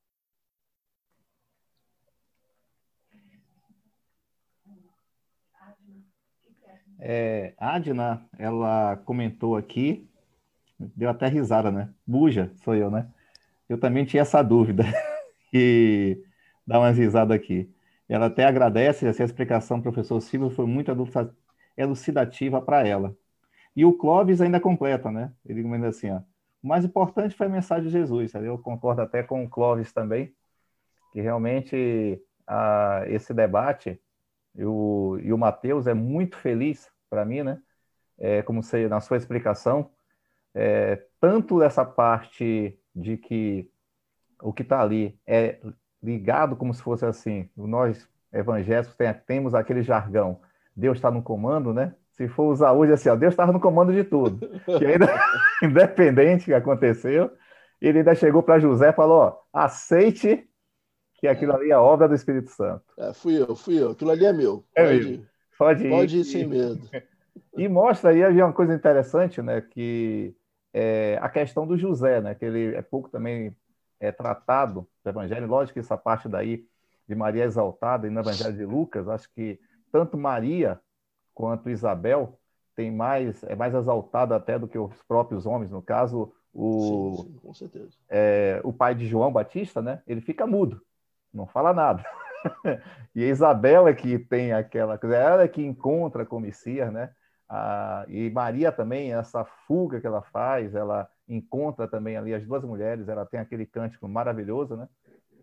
Adna, ela comentou aqui, deu até risada, né? Buja, sou eu, né? Eu também tinha essa dúvida. E dá umas risadas aqui. Ela até agradece, essa explicação do professor Silvio foi muito elucidativa para ela. E o Clóvis ainda completa, né? Ele comenta assim, ó, o mais importante foi a mensagem de Jesus. Eu concordo até com o Clóvis também, que realmente esse debate, e o Mateus é muito feliz para mim, né? Como você, na sua explicação, tanto essa parte de que o que está ali é ligado como se fosse assim, nós evangélicos temos aquele jargão, Deus está no comando, né? Se for usar hoje assim, Deus estava no comando de tudo. Que ainda, independente do que aconteceu, ele ainda chegou para José e falou, aceite que aquilo ali é obra do Espírito Santo. Fui eu. Aquilo ali é meu. Pode ir sem medo. E mostra aí, havia uma coisa interessante, né? Que a questão do José, né? Que ele é pouco também tratado no Evangelho. Lógico que essa parte daí de Maria exaltada e no Evangelho de Lucas, acho que tanto Maria quanto Isabel é mais exaltada até do que os próprios homens. No caso, sim, com certeza. O pai de João Batista, né? Ele fica mudo, não fala nada. E a Isabel é que tem aquela coisa, ela é que encontra com o Messias, né? E Maria também, essa fuga que ela faz, ela encontra também ali as duas mulheres, ela tem aquele cântico maravilhoso, né?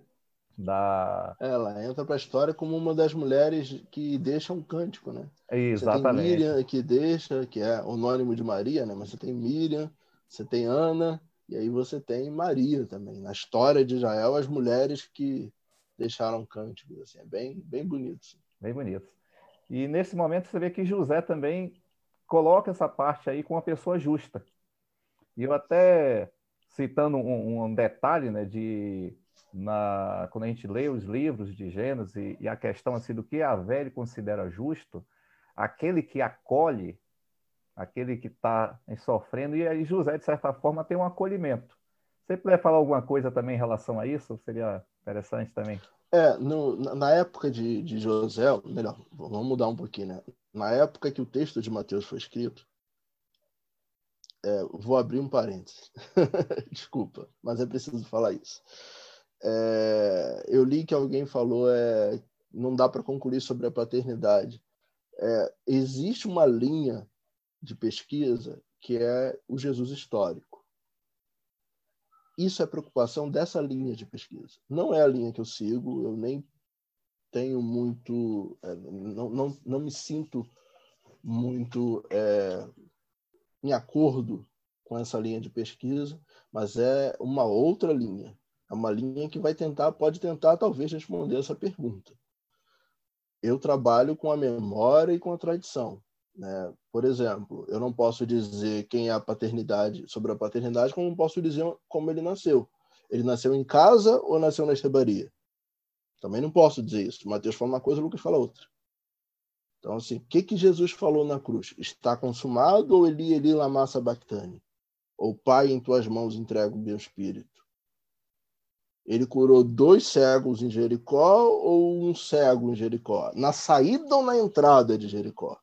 Ela entra para a história como uma das mulheres que deixa um cântico, né? Exatamente. Você tem Miriam que deixa, que é anônimo de Maria, né? Mas você tem Miriam, você tem Ana, e aí você tem Maria também. Na história de Israel, as mulheres que deixaram cânticos, assim, é bem, bem bonito. Assim. Bem bonito. E nesse momento você vê que José também coloca essa parte aí com uma pessoa justa. E eu até, citando um detalhe, né, quando a gente lê os livros de Gênesis e a questão assim, do que Yahvé considera justo, aquele que acolhe, aquele que está sofrendo, e aí José, de certa forma, tem um acolhimento. Você puder falar alguma coisa também em relação a isso? Seria interessante também. Na época de José, melhor, vamos mudar um pouquinho, né? Na época que o texto de Mateus foi escrito, vou abrir um parênteses. Desculpa, mas é preciso falar isso. Eu li que alguém falou não dá para concluir sobre a paternidade. Existe uma linha de pesquisa que é o Jesus histórico. Isso é preocupação dessa linha de pesquisa. Não é a linha que eu sigo, eu nem tenho muito... não me sinto muito em acordo com essa linha de pesquisa, mas é uma outra linha. É uma linha que pode tentar, talvez, responder essa pergunta. Eu trabalho com a memória e com a tradição. Né? Por exemplo, eu não posso dizer quem é a paternidade, sobre a paternidade, como não posso dizer como ele nasceu. Ele nasceu em casa ou nasceu na estrebaria? Também não posso dizer isso. Mateus fala uma coisa, Lucas fala outra. Então, assim, o que Jesus falou na cruz? Está consumado ou Eli lama sabachthani? Ou Pai, em tuas mãos entrego o meu espírito? Ele curou 2 cegos em Jericó ou um cego em Jericó? Na saída ou na entrada de Jericó?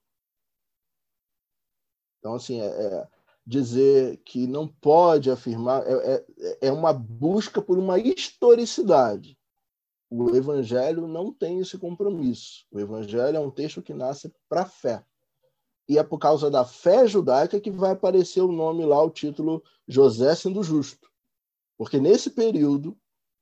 Então, assim, dizer que não pode afirmar é uma busca por uma historicidade. O Evangelho não tem esse compromisso. O Evangelho é um texto que nasce para a fé. E é por causa da fé judaica que vai aparecer o nome lá, o título José sendo justo. Porque nesse período,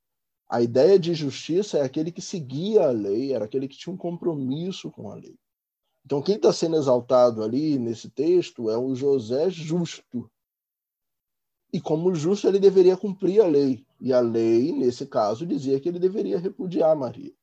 A ideia de justiça é aquele que seguia a lei, era aquele que tinha um compromisso com a lei. Então, quem está sendo exaltado ali nesse texto é o José justo. E como justo, ele deveria cumprir a lei. E a lei, nesse caso, dizia que ele deveria repudiar Maria.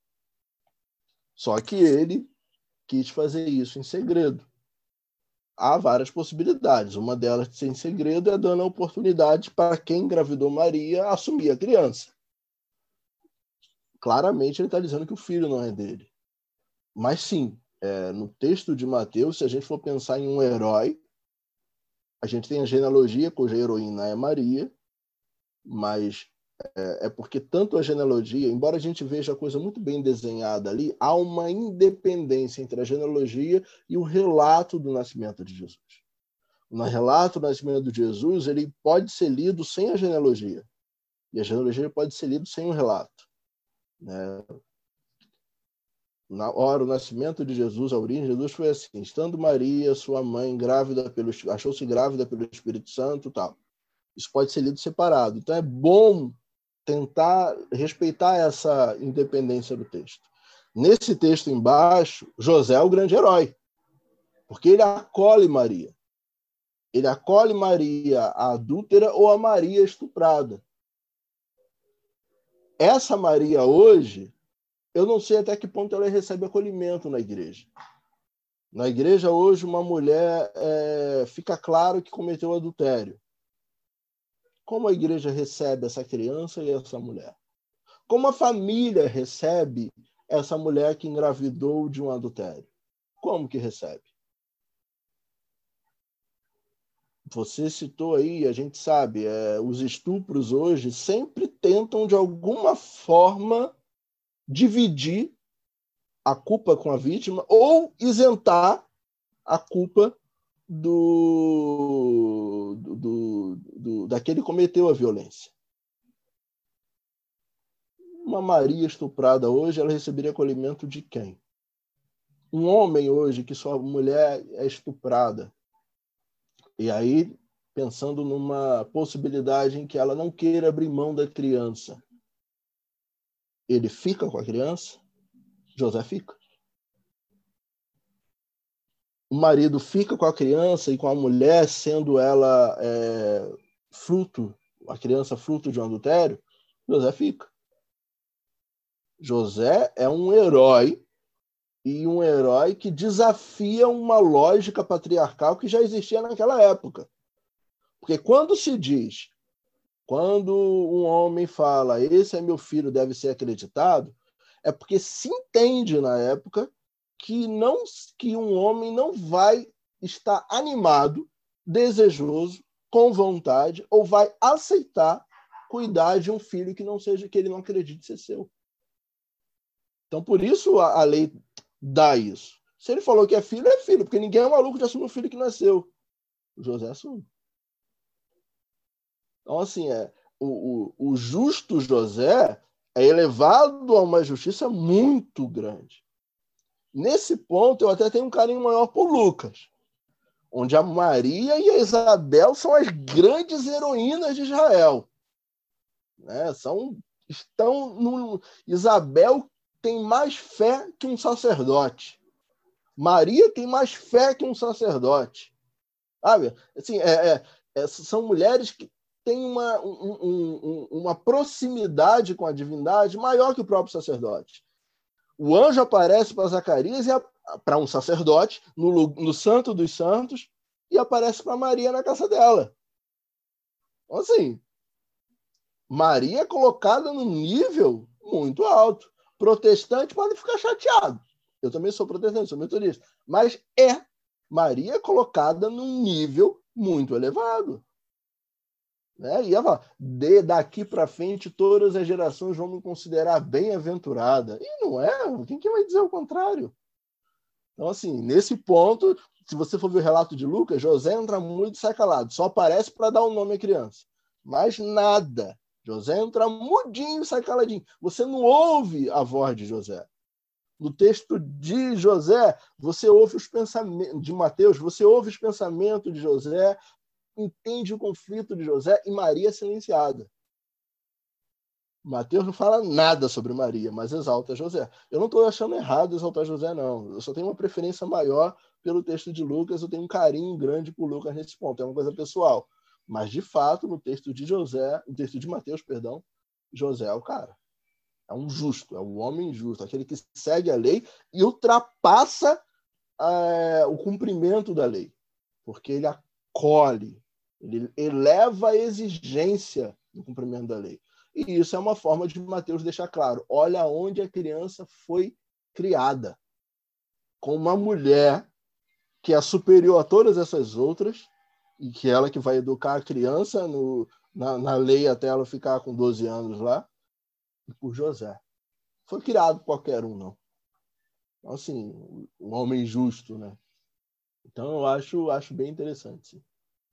Só que ele quis fazer isso em segredo. Há várias possibilidades. Uma delas de ser em segredo é dando a oportunidade para quem engravidou Maria assumir a criança. Claramente ele está dizendo que o filho não é dele. Mas sim, no texto de Mateus, se a gente for pensar em um herói, a gente tem a genealogia, cuja heroína é Maria, mas é porque tanto a genealogia, embora a gente veja a coisa muito bem desenhada ali, há uma independência entre a genealogia e o relato do nascimento de Jesus. O relato do nascimento de Jesus, ele pode ser lido sem a genealogia, e a genealogia pode ser lido sem o relato. Na hora do nascimento de Jesus, a origem de Jesus foi assim: estando Maria, sua mãe, achou-se grávida pelo Espírito Santo, tal. Isso pode ser lido separado. Então é bom tentar respeitar essa independência do texto. Nesse texto embaixo, José é o grande herói, porque ele acolhe Maria. Ele acolhe Maria, a adúltera, ou a Maria estuprada. Essa Maria hoje, eu não sei até que ponto ela recebe acolhimento na igreja. Na igreja hoje, uma mulher fica claro que cometeu adultério. Como a igreja recebe essa criança e essa mulher? Como a família recebe essa mulher que engravidou de um adultério? Como que recebe? Você citou aí, a gente sabe, os estupros hoje sempre tentam, de alguma forma, dividir a culpa com a vítima ou isentar a culpa daquele que cometeu a violência. Uma Maria estuprada hoje, ela receberia acolhimento de quem? Um homem hoje que sua mulher é estuprada, e aí pensando numa possibilidade em que ela não queira abrir mão da criança, ele fica com a criança? José fica. O marido fica com a criança e com a mulher, sendo ela a criança fruto de um adultério? José fica. José é um herói, e um herói que desafia uma lógica patriarcal que já existia naquela época. Porque quando um homem fala, esse é meu filho, deve ser acreditado, é porque se entende na época que um homem não vai estar animado, desejoso, com vontade, ou vai aceitar cuidar de um filho que ele não acredite ser seu. Então, por isso a lei dá isso. Se ele falou que é filho, porque ninguém é maluco de assumir um filho que nasceu. O José assume. Então, assim, o justo José é elevado a uma justiça muito grande. Nesse ponto, eu até tenho um carinho maior por Lucas, onde a Maria e a Isabel são as grandes heroínas de Israel. Isabel tem mais fé que um sacerdote. Maria tem mais fé que um sacerdote. Sabe? Assim, são mulheres que têm uma proximidade com a divindade maior que o próprio sacerdote. O anjo aparece para Zacarias, para um sacerdote, no Santo dos Santos, e aparece para Maria na casa dela. Então, assim, Maria é colocada num nível muito alto. Protestante pode ficar chateado. Eu também sou protestante, sou metodista. Mas Maria é colocada num nível muito elevado. E ela fala, daqui para frente todas as gerações vão me considerar bem-aventurada. E não é, quem que vai dizer o contrário? Então, assim, nesse ponto, se você for ver o relato de Lucas, José entra muito e sai calado, só aparece para dar o nome à criança. Mas nada. José entra mudinho e sai caladinho. Você não ouve a voz de José. No texto de José, você ouve os pensamentos de Mateus, você ouve os pensamentos de José, entende o conflito de José, e Maria é silenciada. Mateus não fala nada sobre Maria, mas exalta José. Eu não estou achando errado exaltar José, não. Eu só tenho uma preferência maior pelo texto de Lucas, eu tenho um carinho grande por Lucas nesse ponto, é uma coisa pessoal. Mas, de fato, no texto de Mateus, José é o cara. É um justo, é um homem justo, aquele que segue a lei e ultrapassa o cumprimento da lei, porque ele acolhe, ele eleva a exigência no cumprimento da lei. E isso é uma forma de Mateus deixar claro: olha onde a criança foi criada, com uma mulher que é superior a todas essas outras, e que ela que vai educar a criança na lei até ela ficar com 12 anos lá, e por José. Foi criado qualquer um, não. Então, assim, um homem justo, né? Então, eu acho bem interessante, sim.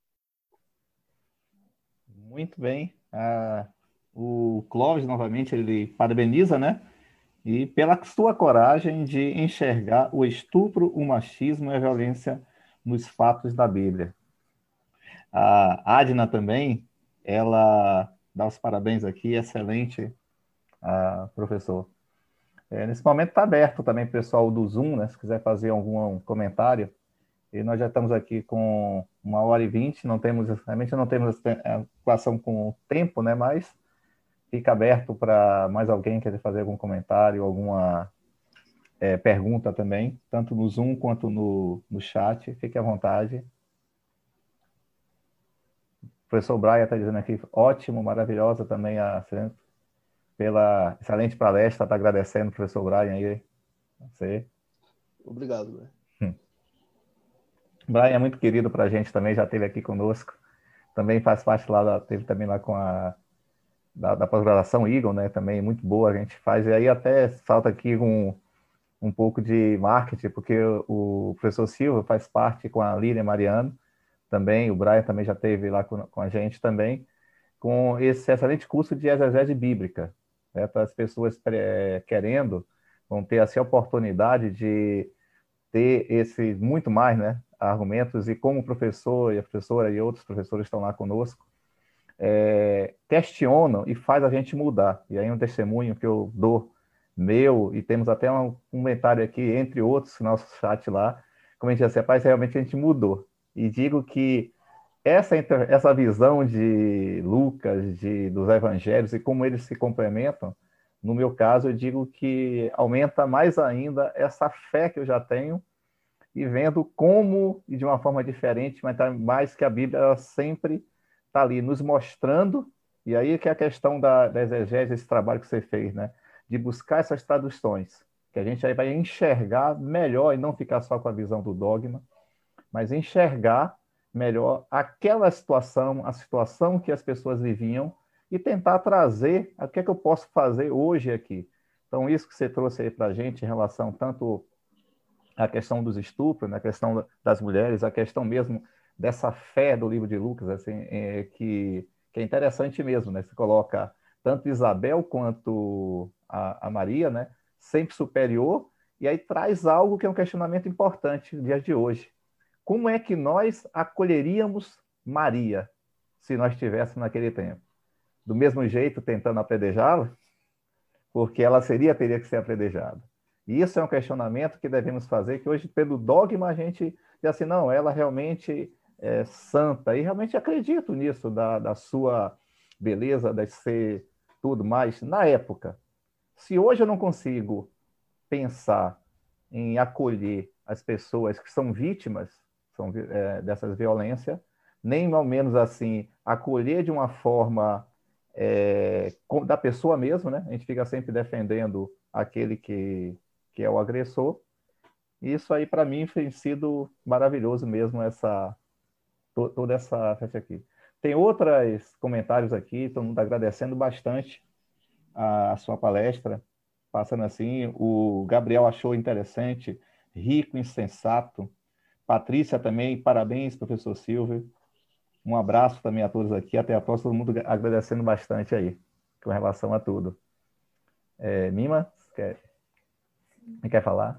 Muito bem. O Clóvis, novamente, ele parabeniza, né? E pela sua coragem de enxergar o estupro, o machismo e a violência nos fatos da Bíblia. A Adna também, ela dá os parabéns aqui, excelente, professor. Nesse momento está aberto também para o pessoal do Zoom, né? Se quiser fazer algum comentário. E nós já estamos aqui com 1h20, realmente não temos relação com o tempo, né? Mas fica aberto para mais alguém querer fazer algum comentário, alguma pergunta também, tanto no Zoom quanto no chat. Fique à vontade. O professor Brian está dizendo aqui, ótimo, maravilhosa também pela excelente palestra, está agradecendo o professor Brian aí. Você. Obrigado, Brian. Brian é muito querido para a gente também, já esteve aqui conosco. Também faz parte lá, teve também lá com da pós-graduação Eagle, né? Também muito boa, a gente faz. E aí até falta aqui um pouco de marketing, porque o professor Silva faz parte com a Lília Mariano, também, o Brian também já esteve lá com a gente também, com esse excelente curso de exegese bíblica, né? Para as pessoas querendo, vão ter assim, a oportunidade de ter muito mais, né, argumentos, e como o professor e a professora e outros professores estão lá conosco, questionam e faz a gente mudar. E aí um testemunho que eu dou meu, e temos até um comentário aqui, entre outros, no nosso chat lá, como a gente disse, rapaz, realmente a gente mudou. E digo que essa visão de Lucas, dos evangelhos e como eles se complementam, no meu caso, eu digo que aumenta mais ainda essa fé que eu já tenho, e vendo como, e de uma forma diferente, mas mais que a Bíblia ela sempre está ali nos mostrando, e aí que é a questão da exegese, esse trabalho que você fez, né? De buscar essas traduções, que a gente aí vai enxergar melhor e não ficar só com a visão do dogma, mas enxergar melhor aquela situação, a situação que as pessoas viviam, e tentar trazer o que é que eu posso fazer hoje aqui. Então, isso que você trouxe aí para a gente em relação tanto à questão dos estupros, na questão das mulheres, a questão mesmo dessa fé do livro de Lucas, assim, que é interessante mesmo, né? Você coloca tanto Isabel quanto a Maria, né? Sempre superior, e aí traz algo que é um questionamento importante no dia de hoje. Como é que nós acolheríamos Maria se nós estivéssemos naquele tempo? Do mesmo jeito, tentando apredejá-la? Porque ela teria que ser apredejada. E isso é um questionamento que devemos fazer, que hoje, pelo dogma, a gente diz assim, não, ela realmente é santa, e realmente acredito nisso, da sua beleza, de ser tudo mais. Na época, se hoje eu não consigo pensar em acolher as pessoas que são vítimas dessas violências, nem ao menos assim, acolher de uma forma da pessoa mesmo, né? A gente fica sempre defendendo aquele que é o agressor. Isso aí, para mim, tem sido maravilhoso mesmo, toda essa festa aqui. Tem outros comentários aqui, todo mundo agradecendo bastante a sua palestra, passando assim, o Gabriel achou interessante, rico, insensato. Patrícia também, parabéns, professor Silvio. Um abraço também a todos aqui, até a próxima, todo mundo agradecendo bastante aí, com relação a tudo. Mima, quer falar?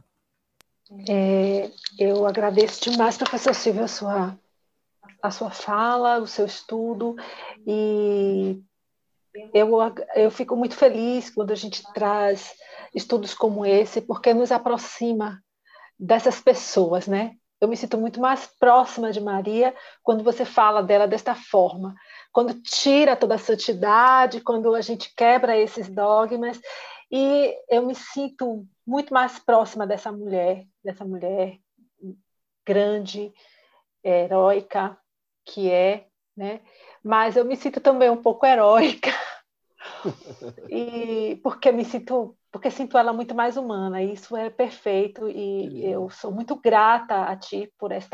Eu agradeço demais, professor Silvio, a sua fala, o seu estudo, e eu fico muito feliz quando a gente traz estudos como esse, porque nos aproxima dessas pessoas, né? Eu me sinto muito mais próxima de Maria quando você fala dela desta forma, quando tira toda a santidade, quando a gente quebra esses dogmas, e eu me sinto muito mais próxima dessa mulher grande, heróica que é, né? Mas eu me sinto também um pouco heróica e porque sinto ela muito mais humana, e isso é perfeito, e eu sou muito grata a ti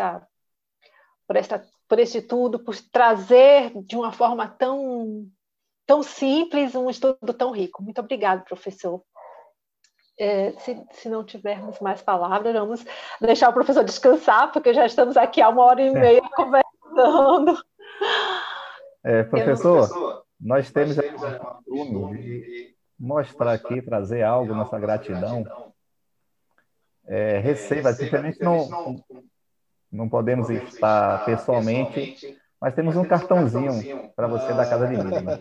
por este tudo, por trazer de uma forma tão simples um estudo tão rico. Muito obrigada, professor. Se não tivermos mais palavras, vamos deixar o professor descansar, porque já estamos aqui há 1h30 conversando. Professor, nós temos o costume de mostrar aqui, trazer algo, nossa gratidão. Receba, simplesmente não podemos estar pessoalmente, mas temos um cartãozinho para você da Casa de Mima.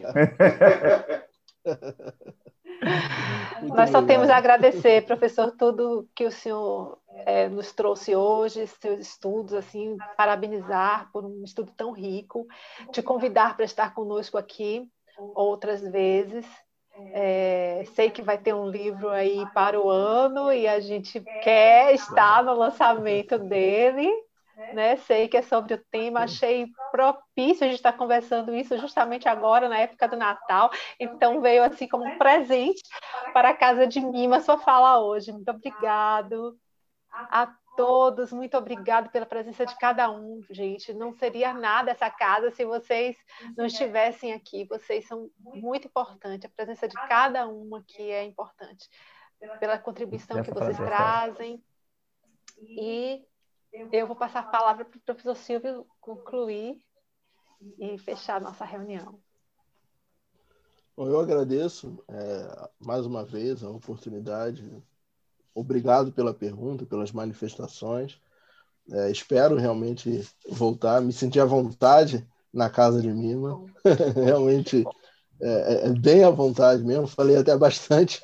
Nós só temos a agradecer, professor, tudo que o senhor nos trouxe hoje, seus estudos, assim, parabenizar por um estudo tão rico, te convidar para estar conosco aqui outras vezes. Sei que vai ter um livro aí para o ano e a gente quer estar no lançamento dele, né? Sei que é sobre o tema, achei propício a gente estar conversando isso justamente agora, na época do Natal, então veio assim como um presente para a Casa de Mima a sua fala hoje. Muito obrigado a todos, muito obrigado pela presença de cada um, gente. Não seria nada essa casa se vocês não estivessem aqui. Vocês são muito importantes, a presença de cada um aqui é importante, pela contribuição que vocês trazem. E eu vou passar a palavra para o professor Silvio concluir e fechar a nossa reunião. Bom, eu agradeço mais uma vez a oportunidade. Obrigado pela pergunta, pelas manifestações. Espero realmente voltar, me sentir à vontade na Casa de Mima. Realmente bem à vontade mesmo, falei até bastante.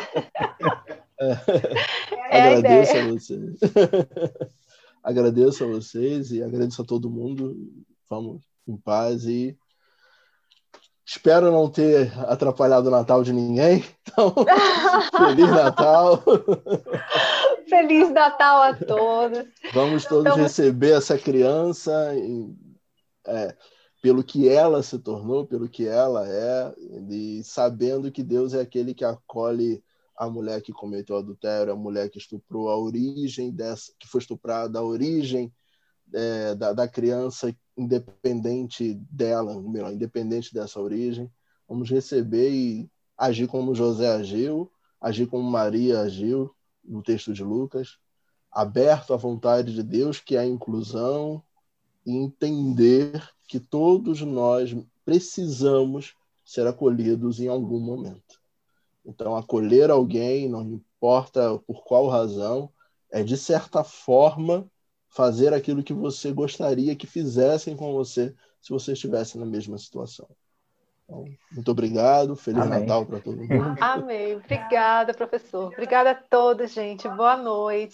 Agradeço a vocês. Agradeço a vocês e agradeço a todo mundo. Vamos em paz e espero não ter atrapalhado o Natal de ninguém. Então, Feliz Natal. Feliz Natal a todos. Vamos todos receber essa criança pelo que ela se tornou, pelo que ela é, e sabendo que Deus é aquele que acolhe a mulher que cometeu adultério, a mulher que estuprou, a origem que foi estuprada, a origem da criança, independente dela, independente dessa origem. Vamos receber e agir como José agiu, agir como Maria agiu no texto de Lucas, aberto à vontade de Deus, que é a inclusão, e entender que todos nós precisamos ser acolhidos em algum momento. Então, acolher alguém, não importa por qual razão, é, de certa forma, fazer aquilo que você gostaria que fizessem com você se você estivesse na mesma situação. Então, muito obrigado. Feliz Natal para todo mundo. Amém. Obrigada, professor. Obrigada a todos, gente. Boa noite.